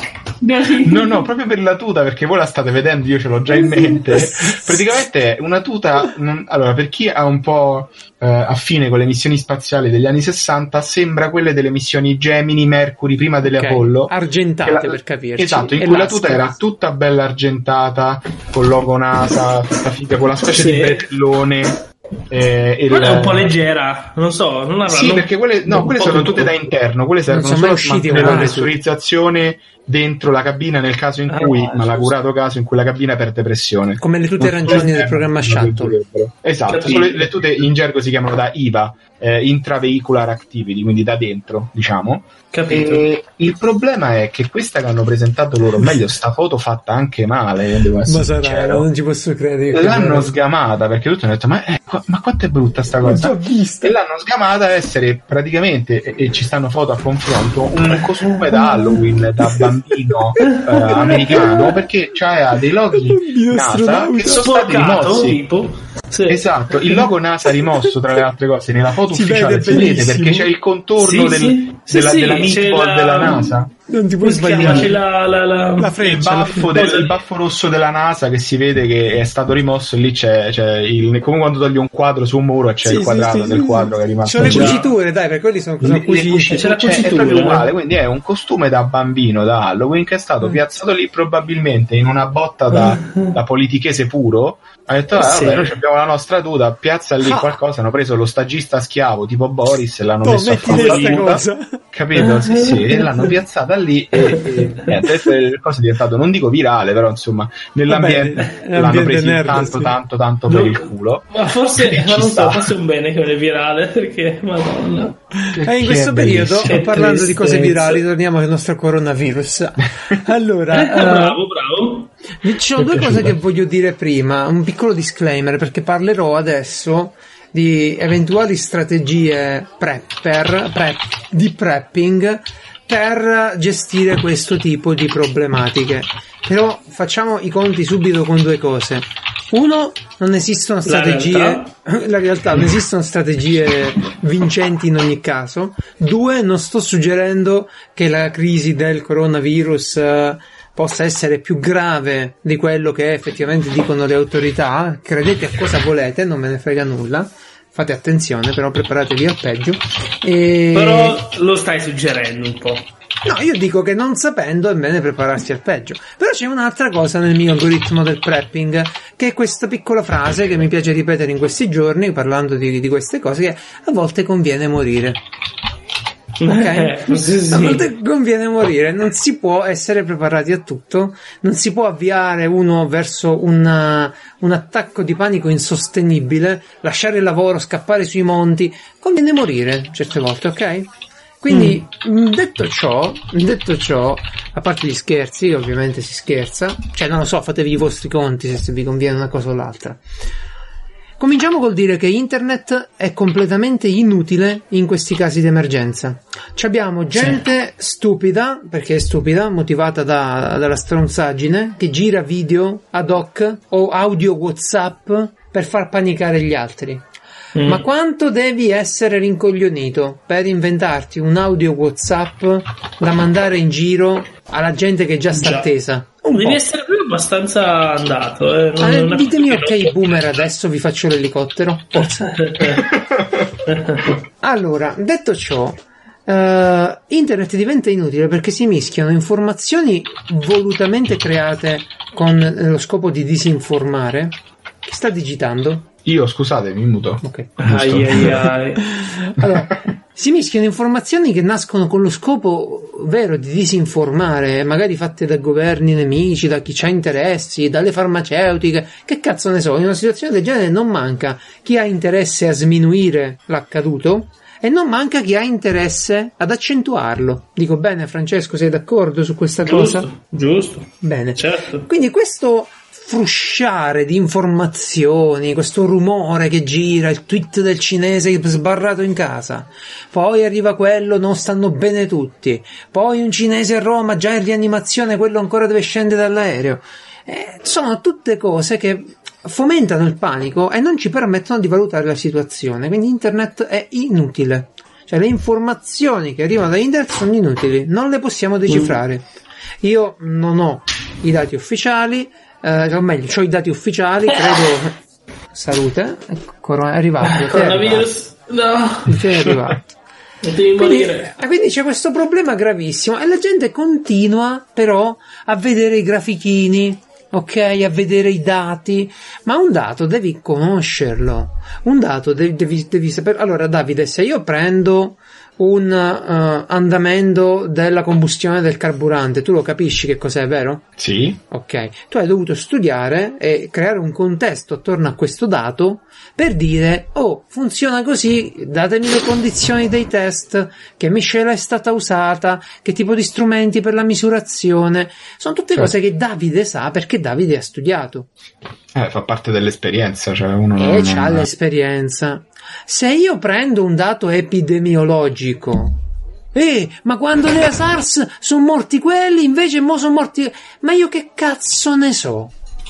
No, no, proprio per la tuta, perché voi la state vedendo, io ce l'ho già in mente. Praticamente è una tuta, non, allora, per chi ha un po' eh, affine con le missioni spaziali degli anni sessanta, sembra quelle delle missioni Gemini, Mercury, prima delle okay. Apollo. Argentate, la, per capirci. Esatto, in e cui la tuta era tutta bella argentata, con logo NASA, tutta figa, con la specie sì. di brettellone. Eh, quella è un po' leggera, non so, non avrà, sì, non... perché quelle, no, quelle sono tutte da interno, quelle servono solo a mantenere la pressurizzazione dentro la cabina nel caso in cui, ah, malaugurato caso in cui la cabina perde pressione, come le tute arancioni del programma Shuttle. Esatto, le, le tute in gergo si chiamano da I V A, eh, intravehicular activity, quindi da dentro, diciamo. Capito. E il problema è che questa che hanno presentato loro, meglio sta foto fatta anche male, devo essere ma sarà, sincero. Non ci posso credere. L'hanno sgamata perché tutti hanno detto ma, eh, ma quanto è brutta sta cosa, e l'hanno sgamata a essere praticamente, e, e ci stanno foto a confronto, un costume da Halloween da bambino eh, americano, perché c'ha dei loghi NASA che sono stati rimossi tipo. Sì. Esatto, il logo NASA rimosso tra le altre cose nella foto si ufficiale vede si vede perché c'è il contorno sì, del, sì. della, sì, della sì, meatball la... della NASA. Non ti puoi sbagliare. C'è la, la, la... la freccia, il baffo, del, il baffo rosso della NASA che si vede che è stato rimosso, e lì c'è, c'è il, come quando togli un quadro su un muro e c'è sì, il quadrato sì, del sì, quadro che è rimasto. sono le cuciture, dai, per quelli sono, sono cucite. C'è la cucitura, è proprio uguale, quindi è un costume da bambino da Halloween che è stato piazzato lì probabilmente in una botta da, da politichese puro. Ha detto, ah, sì. vabbè, noi abbiamo la nostra tuta, piazza lì ah. qualcosa, hanno preso lo stagista schiavo tipo Boris e l'hanno no, messo a fare la tuta, cosa. Capito? Sì, sì, e l'hanno piazzata lì e, e niente, il cosa è diventato, non dico virale, però insomma, nell'ambiente vabbè, l'hanno preso nerd, tanto, sì. tanto, tanto no, per il culo. Ma forse, ma non so, forse è un bene che non è virale, perché, madonna. E in questo periodo, parlando tristezza. Di cose virali, torniamo al nostro coronavirus. Allora, eh, uh, bravo, bravo. Ci sono due cose che voglio dire prima, un piccolo disclaimer, perché parlerò adesso di eventuali strategie prepper, prep, di prepping per gestire questo tipo di problematiche. Però facciamo i conti subito con due cose. Uno, non esistono strategie, la realtà, la realtà non esistono strategie vincenti in ogni caso. Due, non sto suggerendo che la crisi del coronavirus possa essere più grave di quello che effettivamente dicono le autorità. Credete a cosa volete, non me ne frega nulla. Fate attenzione, però preparatevi al peggio. E... Però lo stai suggerendo un po'. No, io dico che non sapendo è bene prepararsi al peggio. Però c'è un'altra cosa nel mio algoritmo del prepping, che è questa piccola frase che mi piace ripetere in questi giorni, parlando di, di queste cose, che a volte conviene morire. Ok? sì, sì. A volte conviene morire, non si può essere preparati a tutto, non si può avviare uno verso una, un attacco di panico insostenibile, lasciare il lavoro, scappare sui monti, conviene morire certe volte, ok? Quindi, mm. detto ciò, detto ciò, a parte gli scherzi, ovviamente si scherza, cioè non lo so, fatevi i vostri conti se vi conviene una cosa o l'altra. Cominciamo col dire che internet è completamente inutile in questi casi di emergenza. Ci abbiamo gente sì. stupida, perché è stupida, motivata da, dalla stronzaggine, che gira video ad hoc o audio WhatsApp per far panicare gli altri. Mm. Ma quanto devi essere rincoglionito per inventarti un audio WhatsApp da mandare in giro alla gente che già sta già. attesa? Un Devi po'. essere proprio abbastanza andato. Eh. Non, eh, non ditemi ok boomer, adesso vi faccio l'elicottero. Allora, detto ciò, uh, internet diventa inutile perché si mischiano informazioni volutamente create con lo scopo di disinformare. Chi sta digitando? Io, scusate, mi muto. Ok. Ai, ai, ai. Allora, si mischiano informazioni che nascono con lo scopo vero di disinformare, magari fatte da governi nemici, da chi c'ha interessi, dalle farmaceutiche, che cazzo ne so. In una situazione del genere non manca chi ha interesse a sminuire l'accaduto e non manca chi ha interesse ad accentuarlo. Dico bene, Francesco, sei d'accordo su questa giusto, cosa? Giusto. Bene. Certo. Quindi questo frusciare di informazioni, questo rumore che gira, il tweet del cinese sbarrato in casa, poi arriva quello, non stanno bene tutti, poi un cinese a Roma già in rianimazione, quello ancora deve scendere dall'aereo, eh, sono tutte cose che fomentano il panico e non ci permettono di valutare la situazione. Quindi internet è inutile, cioè le informazioni che arrivano da internet sono inutili, non le possiamo decifrare. Io non ho i dati ufficiali, Uh, o meglio, ho i dati ufficiali, credo. Salute, ecco, è arrivato. Coronavirus, no, è arrivato. Devi morire. Quindi, quindi c'è questo problema gravissimo e la gente continua però a vedere i grafichini, ok, a vedere i dati, ma un dato devi conoscerlo, un dato devi, devi, devi sapere. Allora, Davide, se io prendo un uh, andamento della combustione del carburante, tu lo capisci che cos'è, vero? Sì. Ok, tu hai dovuto studiare e creare un contesto attorno a questo dato per dire, oh, funziona così, datemi le condizioni dei test, che miscela è stata usata, che tipo di strumenti per la misurazione. Sono tutte cose che Davide sa perché Davide ha studiato. Eh, fa parte dell'esperienza, cioè uno non, E c'ha non... l'esperienza. Se io prendo un dato epidemiologico, eh, ma quando nella SARS sono morti quelli, invece mo sono morti, ma io che cazzo ne so?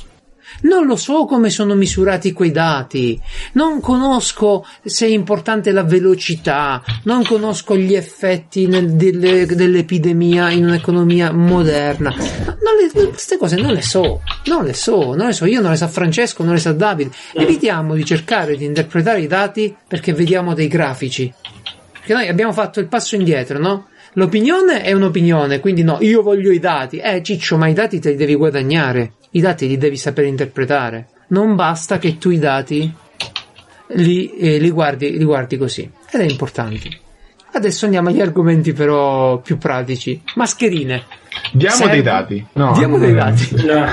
Non lo so come sono misurati quei dati, non conosco se è importante la velocità, non conosco gli effetti nel, delle, dell'epidemia in un'economia moderna. Non le, queste cose non le so, non le so, non le so, io non le sa Francesco, non le sa Davide. Evitiamo di cercare di interpretare i dati perché vediamo dei grafici. Perché noi abbiamo fatto il passo indietro, no? L'opinione è un'opinione, quindi no, io voglio i dati. Eh, ciccio, ma i dati te li devi guadagnare. I dati li devi sapere interpretare. Non basta che tu i dati li, eh, li, guardi, li guardi così. Ed è importante. Adesso andiamo agli argomenti però più pratici. Mascherine. Diamo Servono? dei dati. No, Diamo dei dati. No.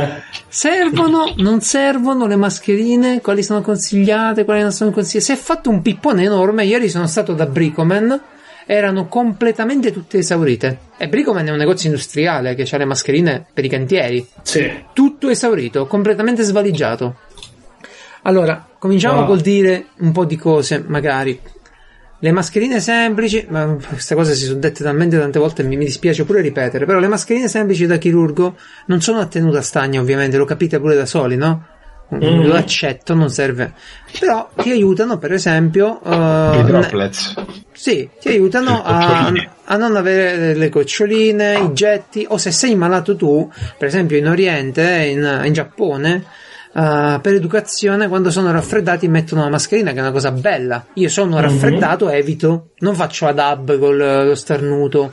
Servono? Non servono le mascherine? Quali sono consigliate? Quali non sono consigliate? Si è fatto un pippone enorme. Ieri sono stato da Bricoman. Erano completamente tutte esaurite. E Bricoman è un negozio industriale che ha le mascherine per i cantieri. Sì. Tutto esaurito, completamente svaligiato. Allora, cominciamo wow. col dire un po' di cose, magari. Le mascherine semplici, ma queste cose si sono dette talmente tante volte, mi, mi dispiace pure ripetere, però le mascherine semplici da chirurgo non sono a tenuta stagna, ovviamente, lo capite pure da soli, no? mm. lo accetto, non serve, però ti aiutano per esempio uh, i droplets. Sì, ti aiutano a, a non avere le goccioline, i getti, o se sei malato tu, per esempio in Oriente, in, in Giappone, uh, per educazione quando sono raffreddati mettono la mascherina, che è una cosa bella. Io sono raffreddato, evito, non faccio ad ab con lo starnuto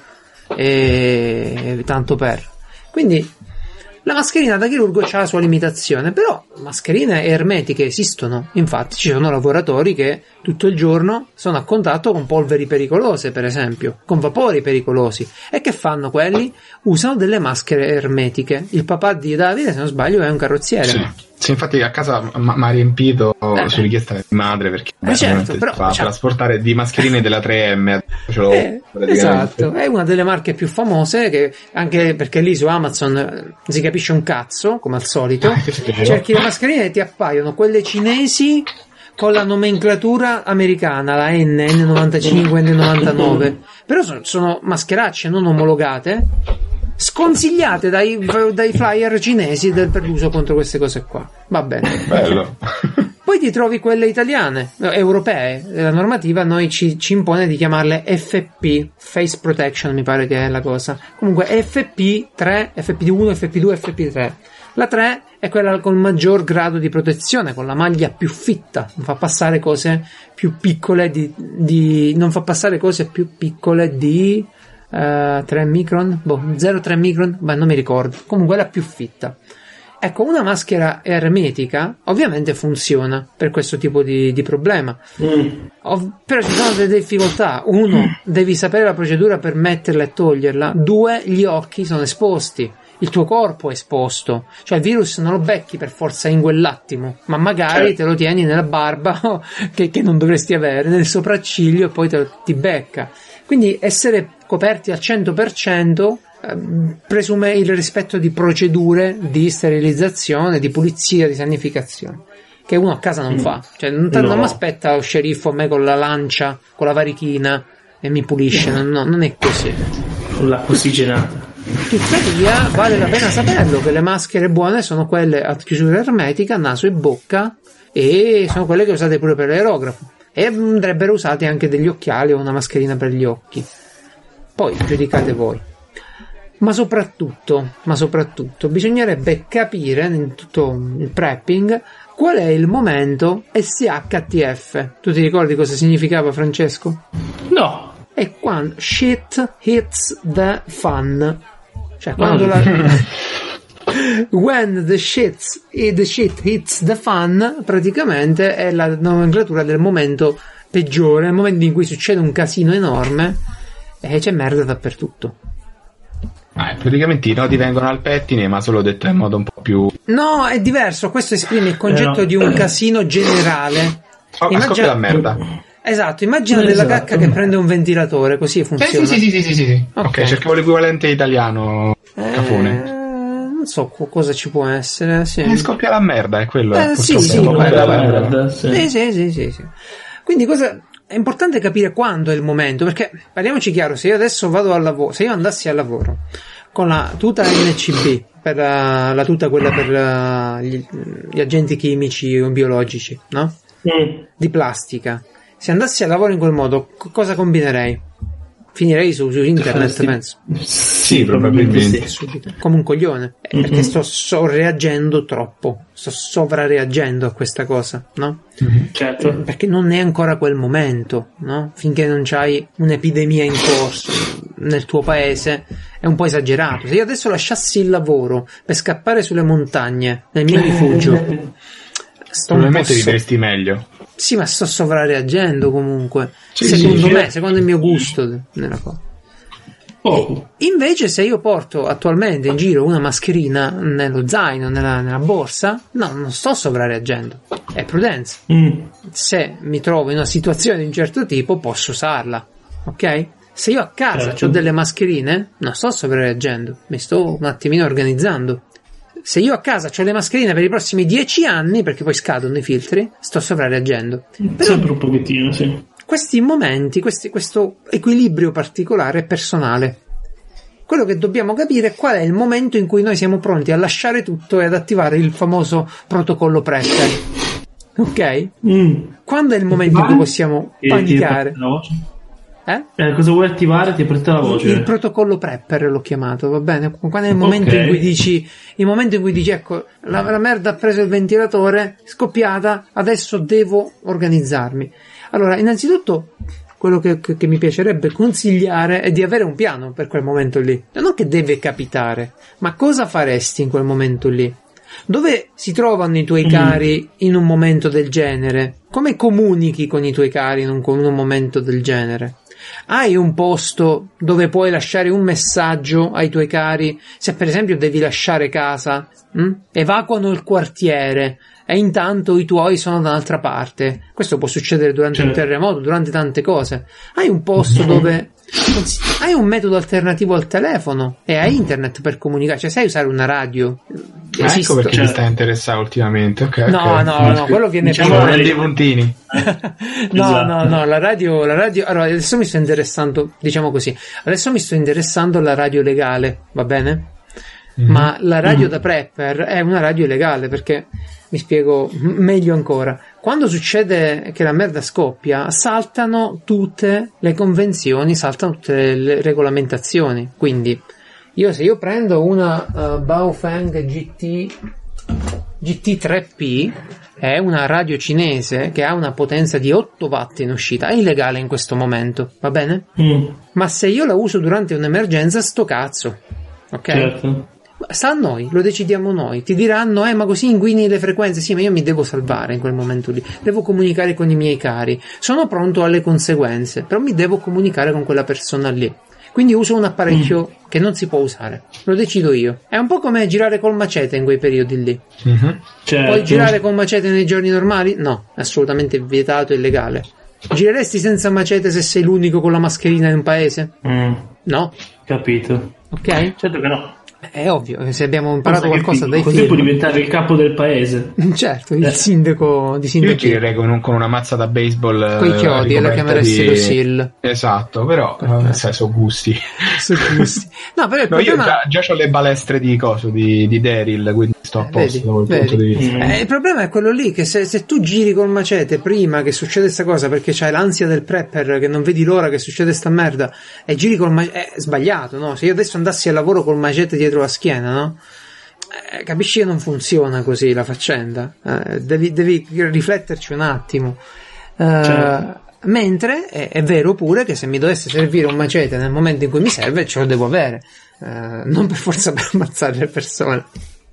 e tanto per. Quindi la mascherina da chirurgo ha la sua limitazione, però mascherine ermetiche esistono. Infatti ci sono lavoratori che tutto il giorno sono a contatto con polveri pericolose, per esempio, con vapori pericolosi. E che fanno quelli? Usano delle maschere ermetiche. Il papà di Davide, se non sbaglio, è un carrozziere. Sì, sì, infatti a casa mi ha riempito eh. su richiesta di madre, perché eh certo, però, fa cioè, trasportare di mascherine della tre emme. Ce l'ho eh, esatto, è una delle marche più famose, che anche perché lì su Amazon si capisce un cazzo, come al solito. Cerchi le mascherine e ti appaiono quelle cinesi con la nomenclatura americana, la N, N novantacinque, N novantanove, però sono, sono mascheracce non omologate, sconsigliate dai, dai flyer cinesi del, per l'uso contro queste cose qua. Va bene. Bello. Poi ti trovi quelle italiane, europee. La normativa noi ci, ci impone di chiamarle F P, Face Protection mi pare che è la cosa. Comunque F P tre, F P uno, F P due, F P tre. La tre è quella con maggior grado di protezione, con la maglia più fitta, non fa passare cose più piccole di, di non fa passare cose più piccole di uh, tre micron, boh, zero virgola tre micron, beh, non mi ricordo. Comunque la più fitta. Ecco, una maschera ermetica ovviamente funziona per questo tipo di, di problema. Mm. Ov- però ci sono delle difficoltà. Uno, devi sapere la procedura per metterla e toglierla. Due, gli occhi sono esposti. Il tuo corpo è esposto, cioè il virus non lo becchi per forza in quell'attimo, ma magari te lo tieni nella barba che, che non dovresti avere, nel sopracciglio, e poi te, ti becca. Quindi essere coperti al cento per cento eh, presume il rispetto di procedure di sterilizzazione, di pulizia, di sanificazione, che uno a casa non fa. Cioè non, no. non mi aspetta lo sceriffo a me con la lancia, con la varichina e mi pulisce, no, no, non è così. Con l'acqua ossigenata. Tuttavia vale la pena saperlo che le maschere buone sono quelle a chiusura ermetica, naso e bocca, e sono quelle che usate pure per l'aerografo, e andrebbero usati anche degli occhiali o una mascherina per gli occhi. Poi giudicate voi. Ma soprattutto, ma soprattutto bisognerebbe capire in tutto il prepping qual è il momento S H T F. Tu ti ricordi cosa significava, Francesco? No. È quando shit hits the fan. Cioè quando la when the shit the shit hits the fan praticamente è la nomenclatura del momento peggiore, il momento in cui succede un casino enorme e c'è merda dappertutto. Ah, praticamente i nodi vengono al pettine, ma solo detto in modo un po' più... No, è diverso, questo esprime il concetto eh no. di un casino generale. Oh, Immagina... la merda. Esatto, immagina esatto. della cacca che prende un ventilatore, così funziona. Eh, sì, sì, sì, sì, sì, sì. Okay. Ok, cercavo l'equivalente italiano, eh, cafone. Non so cosa ci può essere. Sì. Eh, scoppia la merda, è quello. Eh, sì, sì, la merda, merda, sì. Sì, sì, sì, sì, sì. Quindi cosa... È importante capire quando è il momento, perché parliamoci chiaro, se io adesso vado al lavoro, se io andassi al lavoro con la tuta N C B, per uh, la tuta quella per uh, gli, gli agenti chimici o biologici, no? Mm. Di plastica. Se andassi a lavoro in quel modo, co- cosa combinerei? Finirei su, su internet, sì. penso. Sì, probabilmente. Subito. Come un coglione. Mm-hmm. Perché sto sovreagendo troppo. Sto sovrareagendo a questa cosa, no? Mm-hmm. Certo. Perché non è ancora quel momento, no? Finché non c'hai un'epidemia in corso nel tuo paese, è un po' esagerato. Se io adesso lasciassi il lavoro per scappare sulle montagne, nel mio rifugio, sto probabilmente vivresti meglio. Sì, ma sto sovrareagendo comunque. Sì, secondo sì, me, sì. secondo il mio gusto nella cosa. Oh. Invece, se io porto attualmente in giro una mascherina nello zaino, nella, nella borsa, no, non sto sovrareagendo. È prudenza. Mm. Se mi trovo in una situazione di un certo tipo, posso usarla. Ok? Se io a casa certo. ho delle mascherine, non sto sovrareagendo. Mi sto un attimino organizzando. Se io a casa ho le mascherine per i prossimi dieci anni, perché poi scadono i filtri, sto sovrareagendo. Però sempre un pochettino, sì. Questi momenti, questi, questo equilibrio particolare è personale. quello che dobbiamo capire è qual è il momento in cui noi siamo pronti a lasciare tutto e ad attivare il famoso protocollo Prepper. Ok? Mm. Quando è il momento in cui possiamo panicare? Eh? Eh, cosa vuoi attivare? Ti è partita la voce. Il protocollo Prepper l'ho chiamato, va bene? Quando è il momento okay. in cui dici, il momento in cui dici, ecco, la, la merda ha preso il ventilatore, scoppiata, adesso devo organizzarmi. Allora, innanzitutto, quello che, che, che mi piacerebbe consigliare è di avere un piano per quel momento lì. Non che deve capitare, ma cosa faresti in quel momento lì? Dove si trovano i tuoi cari in un momento del genere? Come comunichi con i tuoi cari in un, in un momento del genere? Hai un posto dove puoi lasciare un messaggio ai tuoi cari? Se per esempio devi lasciare casa, mh? evacuano il quartiere e intanto i tuoi sono da un'altra parte. Questo può succedere durante certo. un terremoto, durante tante cose. Hai un posto dove hai un metodo alternativo al telefono e a internet per comunicare, cioè sai usare una radio. Ah, ecco perché mi sta interessando ultimamente. Okay, no, okay. no, no, quello viene diciamo prima dei puntini. no, esatto. no, no, la radio, la radio. Allora, adesso mi sto interessando, diciamo così. Adesso mi sto interessando alla radio legale, va bene? Mm-hmm. Ma la radio mm. da Prepper è una radio legale perché mi spiego meglio ancora. Quando succede che la merda scoppia, saltano tutte le convenzioni, saltano tutte le regolamentazioni. Quindi, io se io prendo una uh, Baofeng G T G T tre P, è una radio cinese che ha una potenza di otto watt in uscita, è illegale in questo momento, va bene? Mm. Ma se io la uso durante un'emergenza, sto cazzo, ok? Certo. Sta a noi, lo decidiamo noi. Ti diranno, eh ma così inquini le frequenze. Sì, ma io mi devo salvare in quel momento lì, devo comunicare con i miei cari, sono pronto alle conseguenze, però mi devo comunicare con quella persona lì. Quindi uso un apparecchio mm. che non si può usare, lo decido io. È un po' come girare col macete in quei periodi lì. Mm-hmm. Certo. Puoi girare col macete nei giorni normali? No, è assolutamente vietato e illegale. Gireresti senza macete se sei l'unico con la mascherina in un paese? Mm. No. Capito. Ok? Certo che no. È ovvio, se abbiamo imparato qualcosa dai così film. Può diventare il capo del paese. Certo, il sindaco di sindaco. Io girerei con, un, con una mazza da baseball con i chiodi e la chiameresti di... Lucille. Esatto, però nel senso gusti. Su gusti. No, però il no, problema... io già, già ho le balestre di coso di, di Daryl, quindi sto a posto vedi, da quel vedi. punto di vista. Mm. Eh, il problema è quello lì, che se, se tu giri col macete prima che succede sta cosa, perché c'hai l'ansia del prepper, che non vedi l'ora che succede sta merda, e giri col macete, è sbagliato, no? Se io adesso andassi al lavoro col macete dietro la schiena, no? Eh, capisci che non funziona così la faccenda, eh, devi, devi rifletterci un attimo. Eh, certo. Mentre è, è vero pure che se mi dovesse servire un macete nel momento in cui mi serve, ce lo devo avere, eh, non per forza per ammazzare le persone.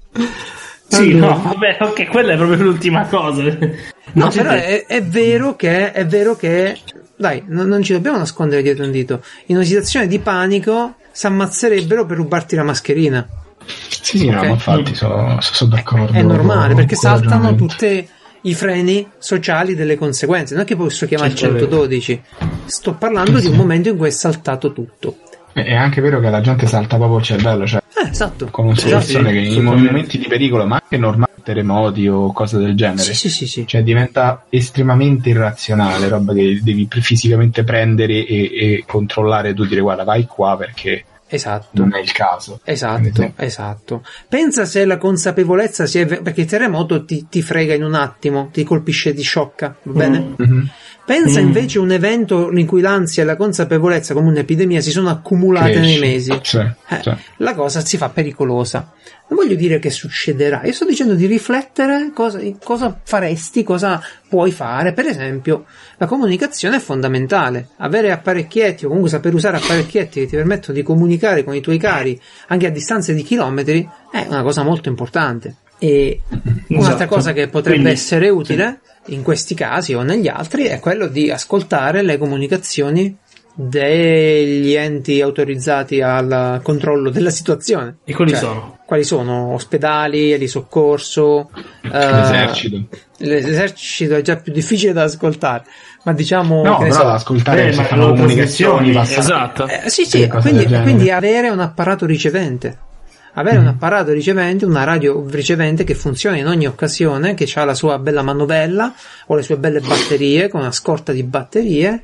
Sì, allora, no, vabbè, ok, quella è proprio l'ultima cosa. No, no però è, è vero che è vero che dai, non, non ci dobbiamo nascondere dietro un dito. In una situazione di panico si ammazzerebbero per rubarti la mascherina. Sì, sì, okay. No, infatti sono, sono d'accordo. È normale, perché saltano tutti i freni sociali delle conseguenze. Non è che posso chiamare il centododici. Sto parlando sì. di un momento in cui è saltato tutto. È anche vero che la gente salta proprio il cervello, cioè eh, esatto. con una situazione esatto, che in momenti di pericolo, ma anche normali, terremoti o cose del genere, sì, sì, sì, sì. cioè diventa estremamente irrazionale, roba che devi fisicamente prendere e, e controllare, tu dire guarda vai qua perché esatto. non è il caso. Esatto, esatto. Pensa se la consapevolezza si è, perché il terremoto ti, ti frega in un attimo, ti colpisce, ti sciocca, va bene? Mm-hmm. Pensa mm. invece un evento in cui l'ansia e la consapevolezza come un'epidemia si sono accumulate Cresce. nei mesi. Cioè, eh, cioè. La cosa si fa pericolosa. Non voglio dire che succederà, io sto dicendo di riflettere cosa, cosa faresti, cosa puoi fare. Per esempio, la comunicazione è fondamentale. Avere apparecchietti o comunque saper usare apparecchietti che ti permettono di comunicare con i tuoi cari anche a distanze di chilometri è una cosa molto importante. E un'altra esatto. cosa che potrebbe Quindi, essere utile sì. in questi casi o negli altri è quello di ascoltare le comunicazioni degli enti autorizzati al controllo della situazione. E quali cioè, sono? Quali sono? Ospedali, di soccorso, l'esercito. Uh, l'esercito è già più difficile da ascoltare, ma diciamo no, che però so, da ascoltare eh, si fanno comunicazioni, esatto. Eh, sì, sì, quindi, quindi avere un apparato ricevente. Avere mm. un apparato ricevente, una radio ricevente che funziona in ogni occasione, che ha la sua bella manovella o le sue belle batterie con una scorta di batterie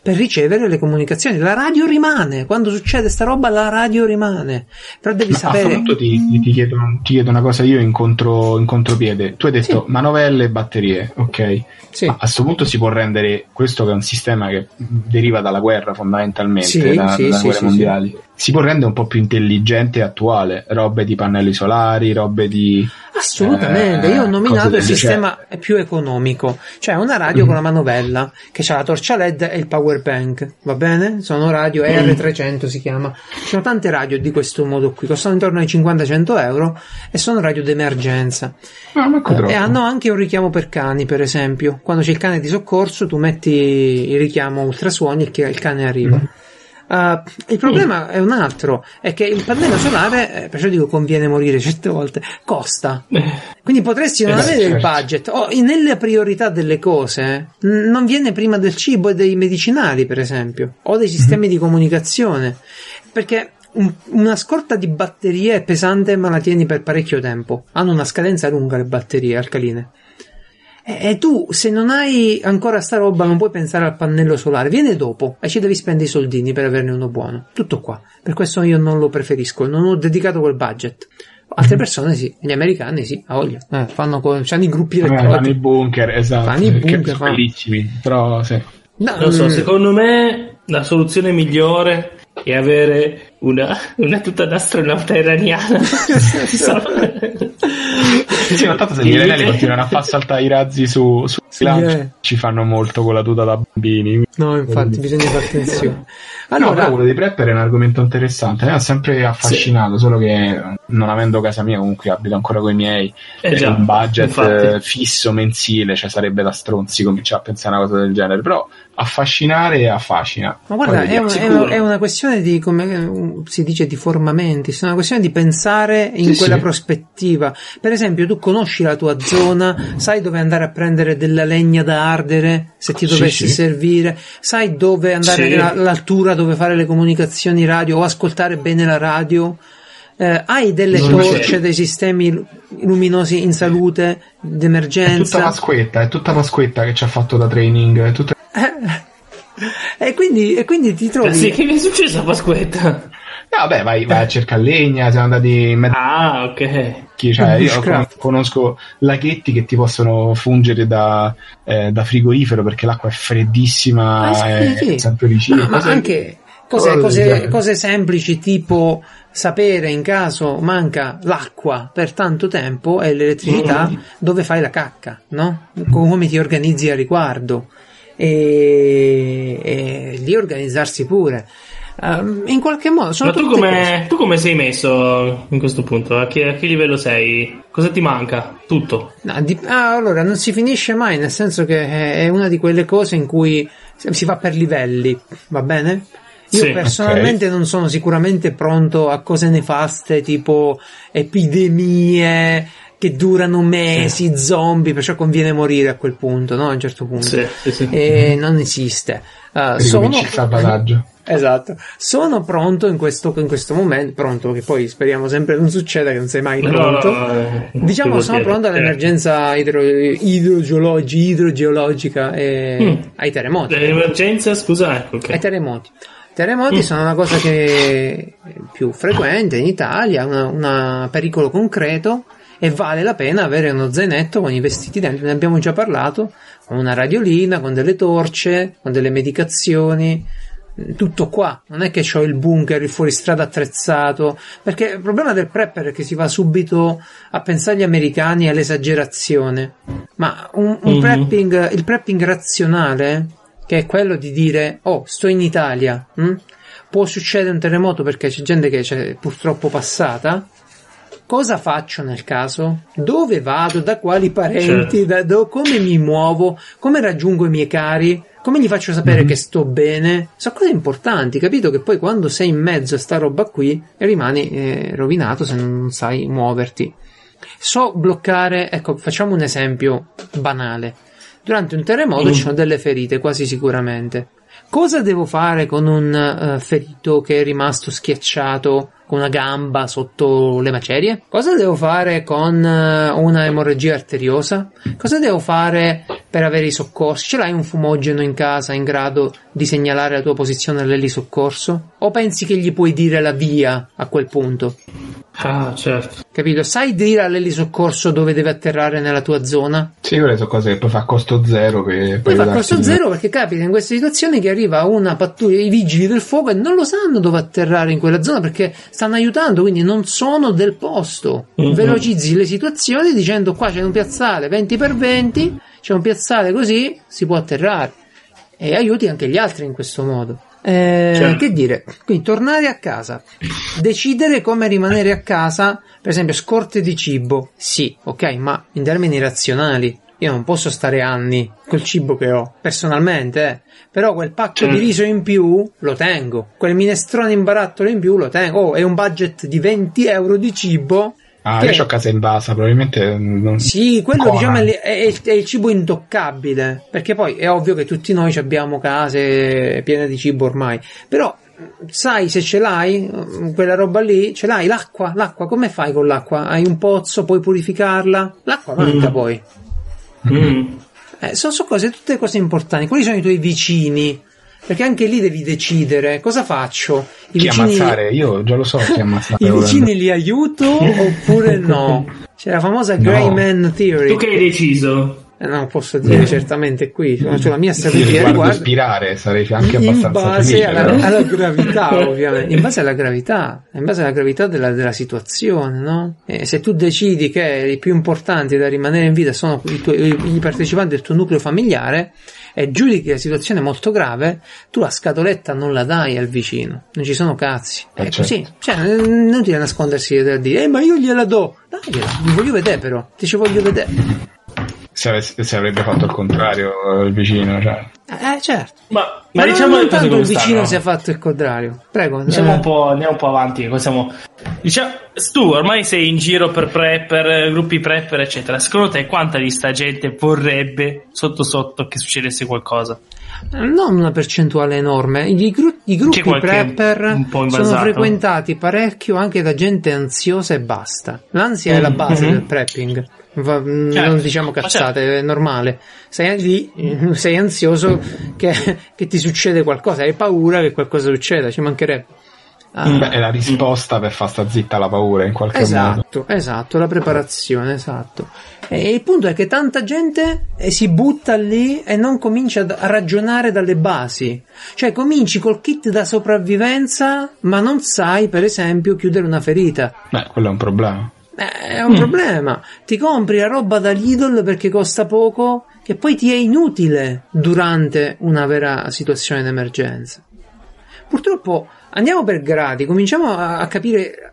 per ricevere le comunicazioni. La radio rimane, quando succede sta roba la radio rimane, però devi Ma sapere. Ti, ti, chiedo, ti chiedo una cosa io in, contro, in contropiede. Tu hai detto sì. manovelle e batterie, ok? Sì. Ma a questo punto si può rendere questo, che è un sistema che deriva dalla guerra fondamentalmente, sì, da, sì, dalle sì, guerre sì, mondiali, sì. si può rendere un po' più intelligente e attuale, robe di pannelli solari, robe di assolutamente, eh, io ho nominato il sistema cioè... più economico, cioè una radio mm. con la manovella che ha la torcia L E D e il power bank, va bene? Sono radio E R trecento si chiama, ci sono tante radio di questo modo qui, costano intorno ai cinquanta cento euro e sono radio d'emergenza. Ah, eh, e hanno anche un richiamo per cani, per esempio, quando c'è il cane di soccorso tu metti il richiamo ultrasuoni e il cane arriva. Mm. Uh, il problema mm. è un altro, è che il pannello solare, eh, perciò dico conviene morire certe volte, costa, quindi potresti non eh, avere certo. il budget o nelle priorità delle cose n- non viene prima del cibo e dei medicinali, per esempio, o dei sistemi mm. di comunicazione, perché un, una scorta di batterie è pesante ma la tieni per parecchio tempo, hanno una scadenza lunga le batterie alcaline. E tu, se non hai ancora sta roba, non puoi pensare al pannello solare, viene dopo e ci devi spendere i soldini per averne uno buono. Tutto qua. Per questo io non lo preferisco, non ho dedicato quel budget. Altre persone sì, gli americani sì, a voglia. Eh, fanno co- c'hanno i gruppi elettronici. Fanno i bunker, esatto. Fanno i bunker, sono bellissimi, però sì. No, non so, secondo me la soluzione migliore è avere una, una tuta d'astronauta iraniana. Sì, ma tanto se gli iraniani continuano a far saltare i razzi su, su sì, eh. ci fanno molto con la tuta da bambini. No, infatti bisogna fare attenzione. Allora, no, però quello dei prepper è un argomento interessante, mi ha sempre affascinato, sì. Solo che non avendo casa mia comunque abito ancora con i miei, eh già, un budget infatti. fisso mensile, cioè sarebbe da stronzi cominciare a pensare a una cosa del genere, però affascinare e affascina. Ma guarda, è, un, è, una, è una questione di, come si dice, di formamenti, è una questione di pensare in sì, quella sì. prospettiva. Per esempio, tu conosci la tua zona, sai dove andare a prendere della legna da ardere se ti dovessi sì, sì. servire, sai dove andare sì. all'altura dove fare le comunicazioni radio o ascoltare bene la radio. Eh, hai delle non torce, c'è. dei sistemi luminosi in salute d'emergenza. È tutta Pasquetta, è tutta Pasquetta che ci ha fatto da training, è tutta... e, quindi, e quindi ti trovi. Eh sì, che è successo a Pasquetta? No, vabbè, vai, vai a cercare legna, siamo andati in mezzo. Ah, ok. Chi, cioè, io conosco laghetti che ti possono fungere da, eh, da frigorifero perché l'acqua è freddissima, ah, è sì. sempre vicino. Ma, ma anche cose, cose, cose semplici tipo sapere in caso manca l'acqua per tanto tempo e l'elettricità mm. dove fai la cacca, no? Come ti organizzi a riguardo e, e lì organizzarsi pure. Um, in qualche modo sono ma tu come, tu come sei messo in questo punto? A che, a che livello sei? Cosa ti manca? Tutto? No, di, ah, allora non si finisce mai, nel senso che è una di quelle cose in cui si va per livelli, va bene? Io sì, personalmente okay. non sono sicuramente pronto a cose nefaste tipo epidemie che durano mesi, sì. zombie, perciò conviene morire a quel punto, no? A un certo punto. Sì, sì, sì. E non esiste. Uh, sono... il salvataggio. Esatto, sono pronto in questo, in questo momento, pronto che poi speriamo sempre non succeda, che non sei mai pronto. No, no, no, diciamo sono pronto all'emergenza idro, idrogeologi, idrogeologica e mm. ai terremoti. L'emergenza, scusa, ecco. Okay. Ai terremoti. Terremoti mm. sono una cosa che è più frequente in Italia, una, una pericolo concreto e vale la pena avere uno zainetto con i vestiti dentro, ne abbiamo già parlato, con una radiolina, con delle torce, con delle medicazioni. Tutto qua, non è che c'ho il bunker, il fuoristrada attrezzato, perché il problema del prepper è che si va subito a pensare agli americani all'esagerazione, ma un, un mm-hmm. prepping, il prepping razionale, che è quello di dire oh sto in Italia, hm? può succedere un terremoto perché c'è gente che c'è purtroppo passata, cosa faccio nel caso? Dove vado? Da quali parenti? Certo. Da, do, come mi muovo? Come raggiungo i miei cari? Come gli faccio sapere mm-hmm. che sto bene? Sono cose importanti, capito? Che poi quando sei in mezzo a sta roba qui rimani eh, rovinato se non sai muoverti. So bloccare, ecco, facciamo un esempio banale. Durante un terremoto mm. ci sono delle ferite, quasi sicuramente. Cosa devo fare con un uh, ferito che è rimasto schiacciato con una gamba sotto le macerie? Cosa devo fare con uh, una emorragia arteriosa? Cosa devo fare per avere i soccorsi? Ce l'hai un fumogeno in casa in grado di segnalare la tua posizione all'elisoccorso? O pensi che gli puoi dire la via a quel punto? Ah, certo. Capito? Sai dire all'elisoccorso dove deve atterrare nella tua zona? Sì, quelle sono cose che poi fa costo zero. Che poi fa costo zero perché capita in queste situazioni che arriva una pattuglia, i vigili del fuoco, e non lo sanno dove atterrare in quella zona perché stanno aiutando, quindi non sono del posto. Mm-hmm. Velocizzi le situazioni dicendo: qua c'è un piazzale venti per venti, c'è un piazzale così, si può atterrare, e aiuti anche gli altri in questo modo. Eh, certo. Che dire, quindi tornare a casa, decidere come rimanere a casa, per esempio scorte di cibo, sì, ok, ma in termini razionali. Io non posso stare anni col cibo che ho, personalmente, eh. Però quel pacco certo. di riso in più lo tengo, quel minestrone in barattolo in più lo tengo. Oh, è un budget di venti euro di cibo. Ah, che... io ho casa in base, probabilmente non... Sì, quello Buona. diciamo è, è, è il cibo intoccabile, perché poi è ovvio che tutti noi abbiamo case piene di cibo ormai, però sai, se ce l'hai quella roba lì, ce l'hai l'acqua, l'acqua come fai con l'acqua? Hai un pozzo, puoi purificarla? L'acqua manca mm. poi. Mm. Eh, sono, sono cose, tutte cose importanti. Quali sono i tuoi vicini? Perché anche lì devi decidere cosa faccio. I chi vicini... ammazzare? Io già lo so chi ammazzare. I vicini li aiuto oppure no? C'è la famosa Grey no. Man Theory. Tu che hai deciso? Eh, non posso dire eh. certamente qui, cioè la mia strategia riguarda ispirare, sarei anche abbastanza in base felice, alla, alla gravità, ovviamente, in base alla gravità, in base alla gravità della, della situazione, no? E se tu decidi che i più importanti da rimanere in vita sono i, tuoi, i partecipanti del tuo nucleo familiare e giudichi la situazione molto grave, tu la scatoletta non la dai al vicino, non ci sono cazzi, è eh così, certo. Cioè non è inutile nascondersi e dire eh ma io gliela do, dagliela, mi voglio vedere, però ti ci voglio vedere. Se, avesse, se avrebbe fatto il contrario il vicino, cioè. Eh certo. Ma, ma, ma diciamo non tanto il vicino si è fatto il contrario. Prego. Diciamo eh. un po', andiamo un po' avanti. Siamo, diciamo, tu ormai sei in giro per prepper, gruppi prepper, eccetera. Secondo te quanta di sta gente vorrebbe sotto sotto che succedesse qualcosa? Non una percentuale enorme. I, gru- i gruppi prepper sono frequentati parecchio anche da gente ansiosa e basta. L'ansia mm. è la base mm-hmm. del prepping. Va, certo. Non diciamo cazzate, certo. È normale. Sei lì, sei ansioso che, che ti succede qualcosa, hai paura che qualcosa succeda, ci mancherebbe. Ah. Beh, è la risposta per far sta zitta la paura in qualche esatto, modo. Esatto, esatto, la preparazione, esatto. E il punto è che tanta gente si butta lì e non comincia a ragionare dalle basi. Cioè cominci col kit da sopravvivenza, ma non sai, per esempio, chiudere una ferita. Beh, quello è un problema. È un mm. problema. Ti compri la roba da Lidl perché costa poco, che poi ti è inutile durante una vera situazione d'emergenza. Purtroppo andiamo per gradi, cominciamo a, a capire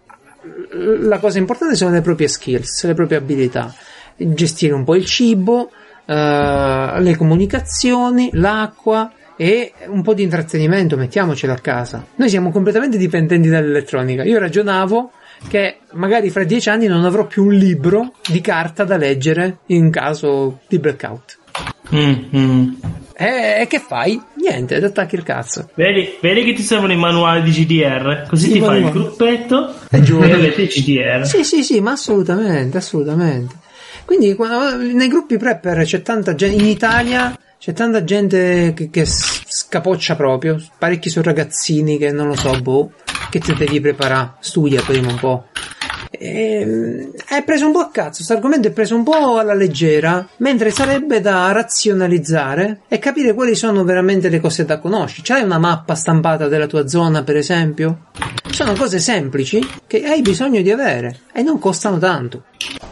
la cosa importante sono le proprie skills, le proprie abilità. Gestire un po' il cibo, uh, le comunicazioni, l'acqua e un po' di intrattenimento, mettiamocelo a casa. Noi siamo completamente dipendenti dall'elettronica. Io ragionavo che magari fra dieci anni non avrò più un libro di carta da leggere in caso di blackout. Mm-hmm. E, e che fai? Niente, ti attacchi il cazzo. Vedi, vedi che ti servono i manuali di G D R, così sì, ti fai il gruppetto e giù avete G D R. Sì, sì, sì, ma assolutamente, assolutamente. Quindi quando, nei gruppi prepper c'è tanta gente, in Italia c'è tanta gente che, che scapoccia proprio, parecchi sono ragazzini che non lo so, boh, che ti devi preparare, studia prima un po'. E, è preso un po' a cazzo, questo argomento è preso un po' alla leggera, mentre sarebbe da razionalizzare e capire quali sono veramente le cose da conoscere. C'hai una mappa stampata della tua zona, per esempio? Sono cose semplici che hai bisogno di avere e non costano tanto.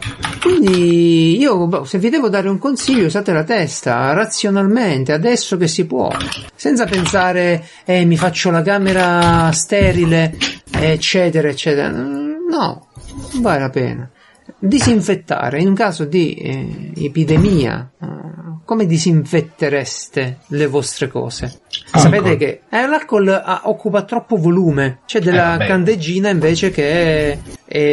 Quindi io, se vi devo dare un consiglio, usate la testa razionalmente, adesso che si può, senza pensare eh, mi faccio la camera sterile, eccetera eccetera. No, non vale la pena. Disinfettare in un caso di eh, epidemia, eh, come disinfettereste le vostre cose? Alcol. Sapete che eh, l'alcol ah, occupa troppo volume, c'è della eh, candeggina invece che è,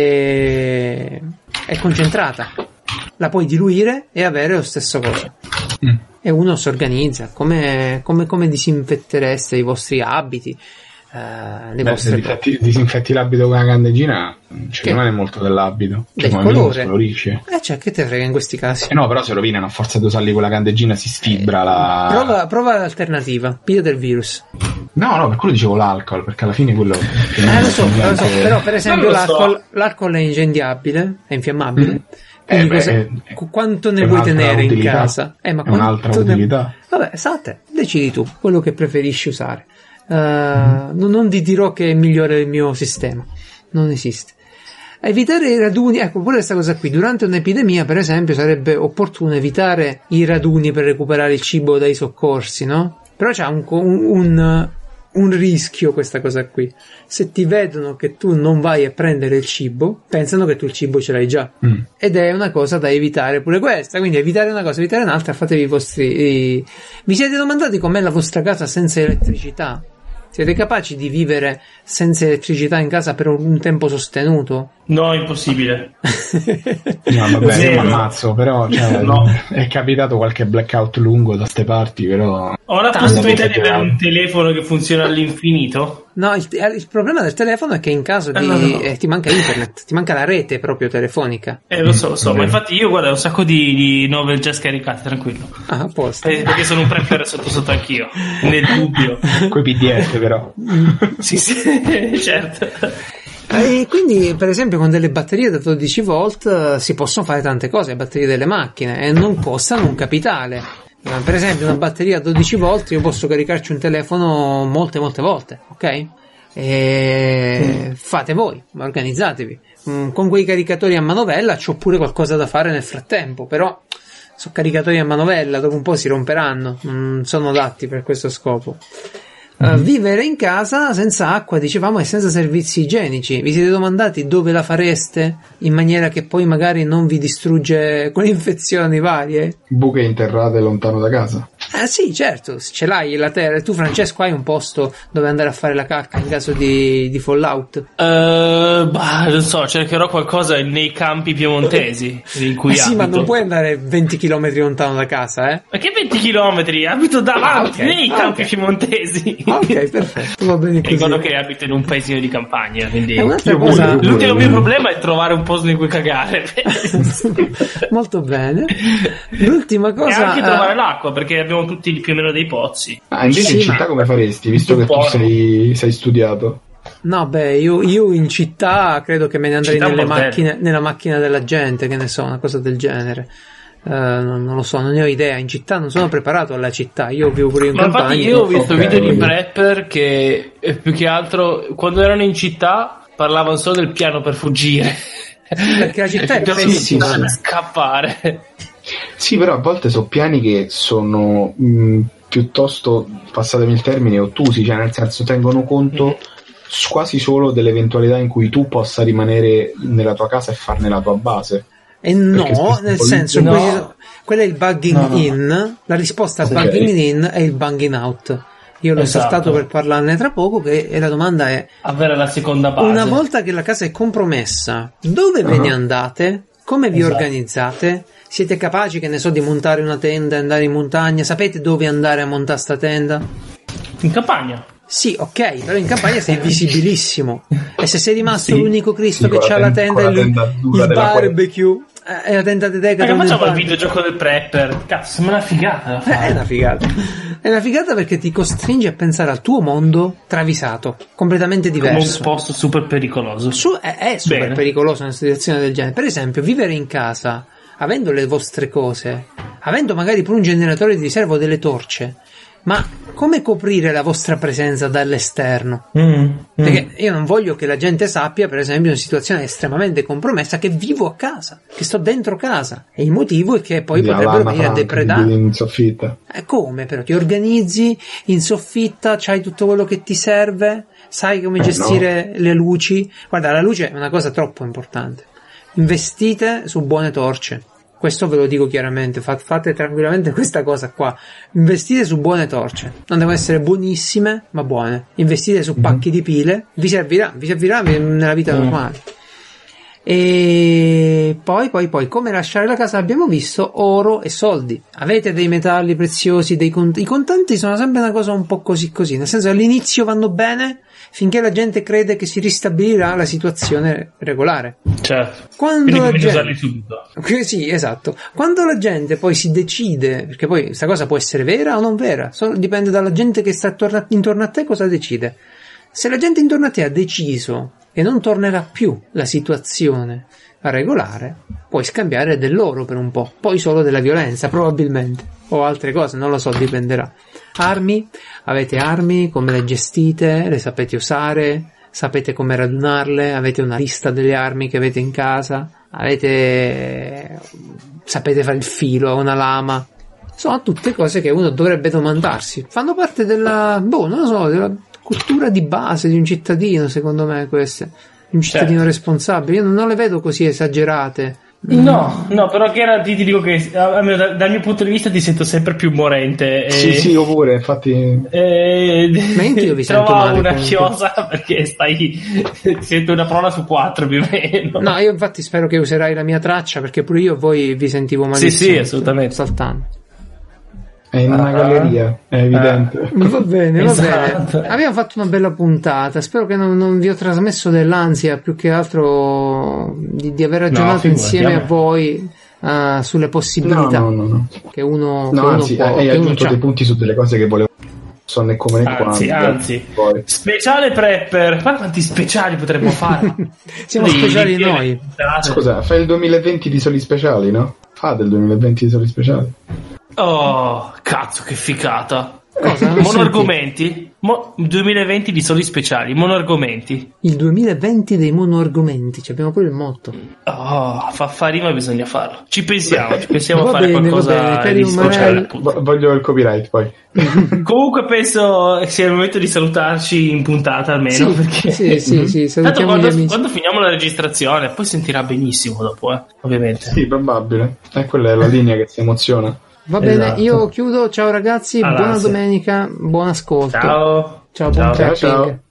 è, è concentrata, la puoi diluire e avere lo stesso cosa. Mm. E uno si organizza, come, come, come disinfettereste i vostri abiti, eh, le Beh, vostre... se disinfetti, disinfetti l'abito con la candeggina ci Che? rimane molto dell'abito, cioè, Del come minimo colore. si colorisce. Eh, cioè, che te frega in questi casi? Eh no, però se rovinano a forza di usarli con la candeggina si sfibra la... Prova, prova l'alternativa, piglia del virus. No, no, per quello dicevo l'alcol, perché alla fine quello... Eh, lo so, lo so, però per esempio Non lo so. l'alcol, l'alcol è incendiabile, è infiammabile. Mm. Quindi Eh, cosa- beh, qu- quanto ne è vuoi un'altra tenere in utilità. casa? Eh, ma È un'altra quanto ne- utilità. Vabbè, sa a te, decidi tu quello che preferisci usare. Uh, Mm. non, non ti dirò che è migliore il mio sistema, non esiste. Evitare i raduni, ecco pure questa cosa qui, durante un'epidemia per esempio sarebbe opportuno evitare i raduni per recuperare il cibo dai soccorsi, no? Però c'è un, un, un, un rischio questa cosa qui. Se ti vedono che tu non vai a prendere il cibo, pensano che tu il cibo ce l'hai già. Mm. Ed è una cosa da evitare pure questa. Quindi evitare una cosa, evitare un'altra, fatevi i vostri... i- Vi siete domandati com'è la vostra casa senza elettricità? Siete capaci di vivere senza elettricità in casa per un tempo sostenuto? No, impossibile. No, vabbè, io Zero. mi ammazzo, però cioè, No. è capitato qualche blackout lungo da ste parti, però... Ho la Tanto possibilità di esagerare. avere un telefono che funziona all'infinito? No, il, il problema del telefono è che in caso di... Eh, no, no. eh, ti manca internet, ti manca la rete proprio telefonica. Eh, lo so, lo so, Mm. ma infatti io guarda ho un sacco di, di novel già scaricate, tranquillo. Ah, a posto. Eh, Perché sono un prepper sotto sotto anch'io, nel dubbio. Coi P D F però. Sì, sì, certo. E quindi, per esempio, con delle batterie da dodici volt eh, si possono fare tante cose, le batterie delle macchine, e non costano un capitale. Eh, Per esempio, una batteria a dodici volt io posso caricarci un telefono molte, molte volte, ok? E fate voi, organizzatevi. Mm, Con quei caricatori a manovella c'ho pure qualcosa da fare nel frattempo, però sono caricatori a manovella, dopo un po' si romperanno, non sono adatti per questo scopo. Uh, vivere in casa senza acqua, dicevamo, e senza servizi igienici. Vi siete domandati dove la fareste in maniera che poi magari non vi distrugge con infezioni varie? Buche interrate lontano da casa. Eh sì, certo, se ce l'hai la terra. Tu, Francesco, hai un posto dove andare a fare la cacca in caso di, di fallout? Eh, bah, non so, cercherò qualcosa nei campi piemontesi in cui Eh sì, ma abito. non puoi andare venti chilometri lontano da casa, eh? Ma che venti chilometri? Abito davanti, Ah, ok. nei Ah, campi ok. piemontesi. Ah, ok, perfetto, va bene così. Ricordo che abito in un paesino di campagna, quindi È un'altra io cosa- pure- l'unico mio problema è trovare un posto in cui cagare. Molto bene. L'ultima E cosa... anche eh, trovare l'acqua, perché abbiamo tutti più o meno dei pozzi. Ah, invece Sì, in città ma- come faresti, visto Un che tu po'. sei, sei studiato? No, beh, io, io in città credo che me ne andrei Città è un nelle bordello. macchine, nella macchina della gente, che ne so, una cosa del genere. Eh, non, non lo so, non ne ho idea. In città non sono preparato alla città. Io vivo pure in Ma infatti campagna. io ho visto Ok. video di prepper che eh, più che altro quando erano in città parlavano solo del piano per fuggire. perché la città è Perché pessima. bisogna scappare. Sì, però a volte sono piani che sono mh, piuttosto, passatemi il termine, ottusi, cioè nel senso tengono conto s- quasi solo dell'eventualità in cui tu possa rimanere nella tua casa e farne la tua base. E no, Perché spesso nel poi- senso, no. quello- quello è il bugging No, no. in. La risposta al Ok. bugging in è il bugging out. Io l'ho Esatto. saltato per parlarne tra poco, che e la domanda è: Avere la seconda base. una volta che la casa è compromessa, dove ve ne Ah. andate? Come vi Esatto. organizzate? Siete capaci, che ne so, di montare una tenda e andare in montagna? Sapete dove andare a montare sta tenda? In campagna. Sì, ok, però in campagna sei visibilissimo. E se sei rimasto Sì. l'unico Cristo Sì, che con la ha la ten- tenda con e la lui- tenda dura il della barbecue eh, e la tenda di Ma che Decathlon nel facciamo il bar- videogioco del prepper? Cazzo, sembra una figata da Eh, fare. È una figata. È una figata perché ti costringe a pensare al tuo mondo travisato, completamente Come un diverso. posto super pericoloso. Su, è, è super Bene. pericoloso in una situazione del genere. Per esempio, vivere in casa, avendo le vostre cose, avendo magari pure un generatore di riserva o delle torce, ma come coprire la vostra presenza dall'esterno? Mm, Perché io non voglio che la gente sappia, per esempio, in una situazione estremamente compromessa, che vivo a casa, che sto dentro casa. E il motivo è che poi Quindi la potrebbero lama venire a franca, depredare. vivi in soffitta. Eh, come però? Ti organizzi in soffitta, c'hai tutto quello che ti serve, sai come Eh, gestire le luci. Guarda, la luce è una cosa troppo importante. Investite su buone torce. Questo ve lo dico chiaramente, fate, fate tranquillamente questa cosa qua. Investite su buone torce. Non devono essere buonissime, ma buone. Investite su pacchi di pile, vi servirà, vi servirà nella vita normale. E poi, poi, poi, come lasciare la casa? Abbiamo visto oro e soldi. Avete dei metalli preziosi, dei cont- i contanti sono sempre una cosa un po' così così, nel senso che all'inizio vanno bene finché la gente crede che si ristabilirà la situazione regolare. Certo. Quando Quindi la gente... usarli subito. Sì, esatto. Quando la gente poi si decide, perché poi questa cosa può essere vera o non vera, solo dipende dalla gente che sta attorno a, intorno a te cosa decide. Se la gente intorno a te ha deciso e non tornerà più la situazione a regolare, puoi scambiare dell'oro per un po', poi solo della violenza probabilmente, o altre cose, non lo so, dipenderà. Armi? Avete armi? Come le gestite? Le sapete usare? Sapete come radunarle? Avete una lista delle armi che avete in casa? Avete... sapete fare il filo, una lama? Sono tutte cose che uno dovrebbe domandarsi, fanno parte della, boh, non lo so, della cultura di base di un cittadino, secondo me, queste, un cittadino certo. responsabile. Io non le vedo così esagerate. No, no, però che era, ti, ti dico che almeno dal, dal mio punto di vista ti sento sempre più morente. E, sì, sì, io pure, infatti. E, ma io vi sento trovo male, una comunque. chiosa perché stai, ti sento una parola su quattro più o meno. No, io infatti spero che userai la mia traccia, perché pure io voi vi sentivo malissimo. Sì, sì, assolutamente. Saltando. È in una galleria, è evidente. Ah, va bene, va esatto. bene. Abbiamo fatto una bella puntata. Spero che non, non vi ho trasmesso dell'ansia, più che altro di, di aver ragionato no, insieme a voi uh, sulle possibilità no, no, no, no. che uno, no, che anzi, uno può. Hai che aggiunto uno dei punti su delle cose che volevo. So né come né anzi, quando. Anzi, poi. Speciale prepper. Ma quanti speciali potremmo fare? Siamo Lì, speciali lì, noi. Scusa, fai il duemilaventi di soli speciali, no? Fa del duemilaventi di soli speciali. Oh, cazzo, che ficata. Cosa? Monoargomenti? Mo- duemilaventi di soli speciali, monoargomenti. Il duemilaventi dei monoargomenti, ci abbiamo pure il motto. Oh, fa, fa rima, bisogna farlo. Ci pensiamo, ci pensiamo va a fare bene, qualcosa bene, di speciale. V- voglio il copyright poi. Comunque penso sia il momento di salutarci in puntata almeno. Sì, perché... sì, sì, sì, salutiamo Tanto gli quando, amici. quando finiamo la registrazione poi sentirà benissimo dopo, eh, ovviamente. Sì, probabile. E quella è la linea che si emoziona. Va bene, esatto. Io chiudo, ciao ragazzi, Allora, buona sì. domenica, buon ascolto. Ciao. Ciao, ciao. buon Ciao, ciao.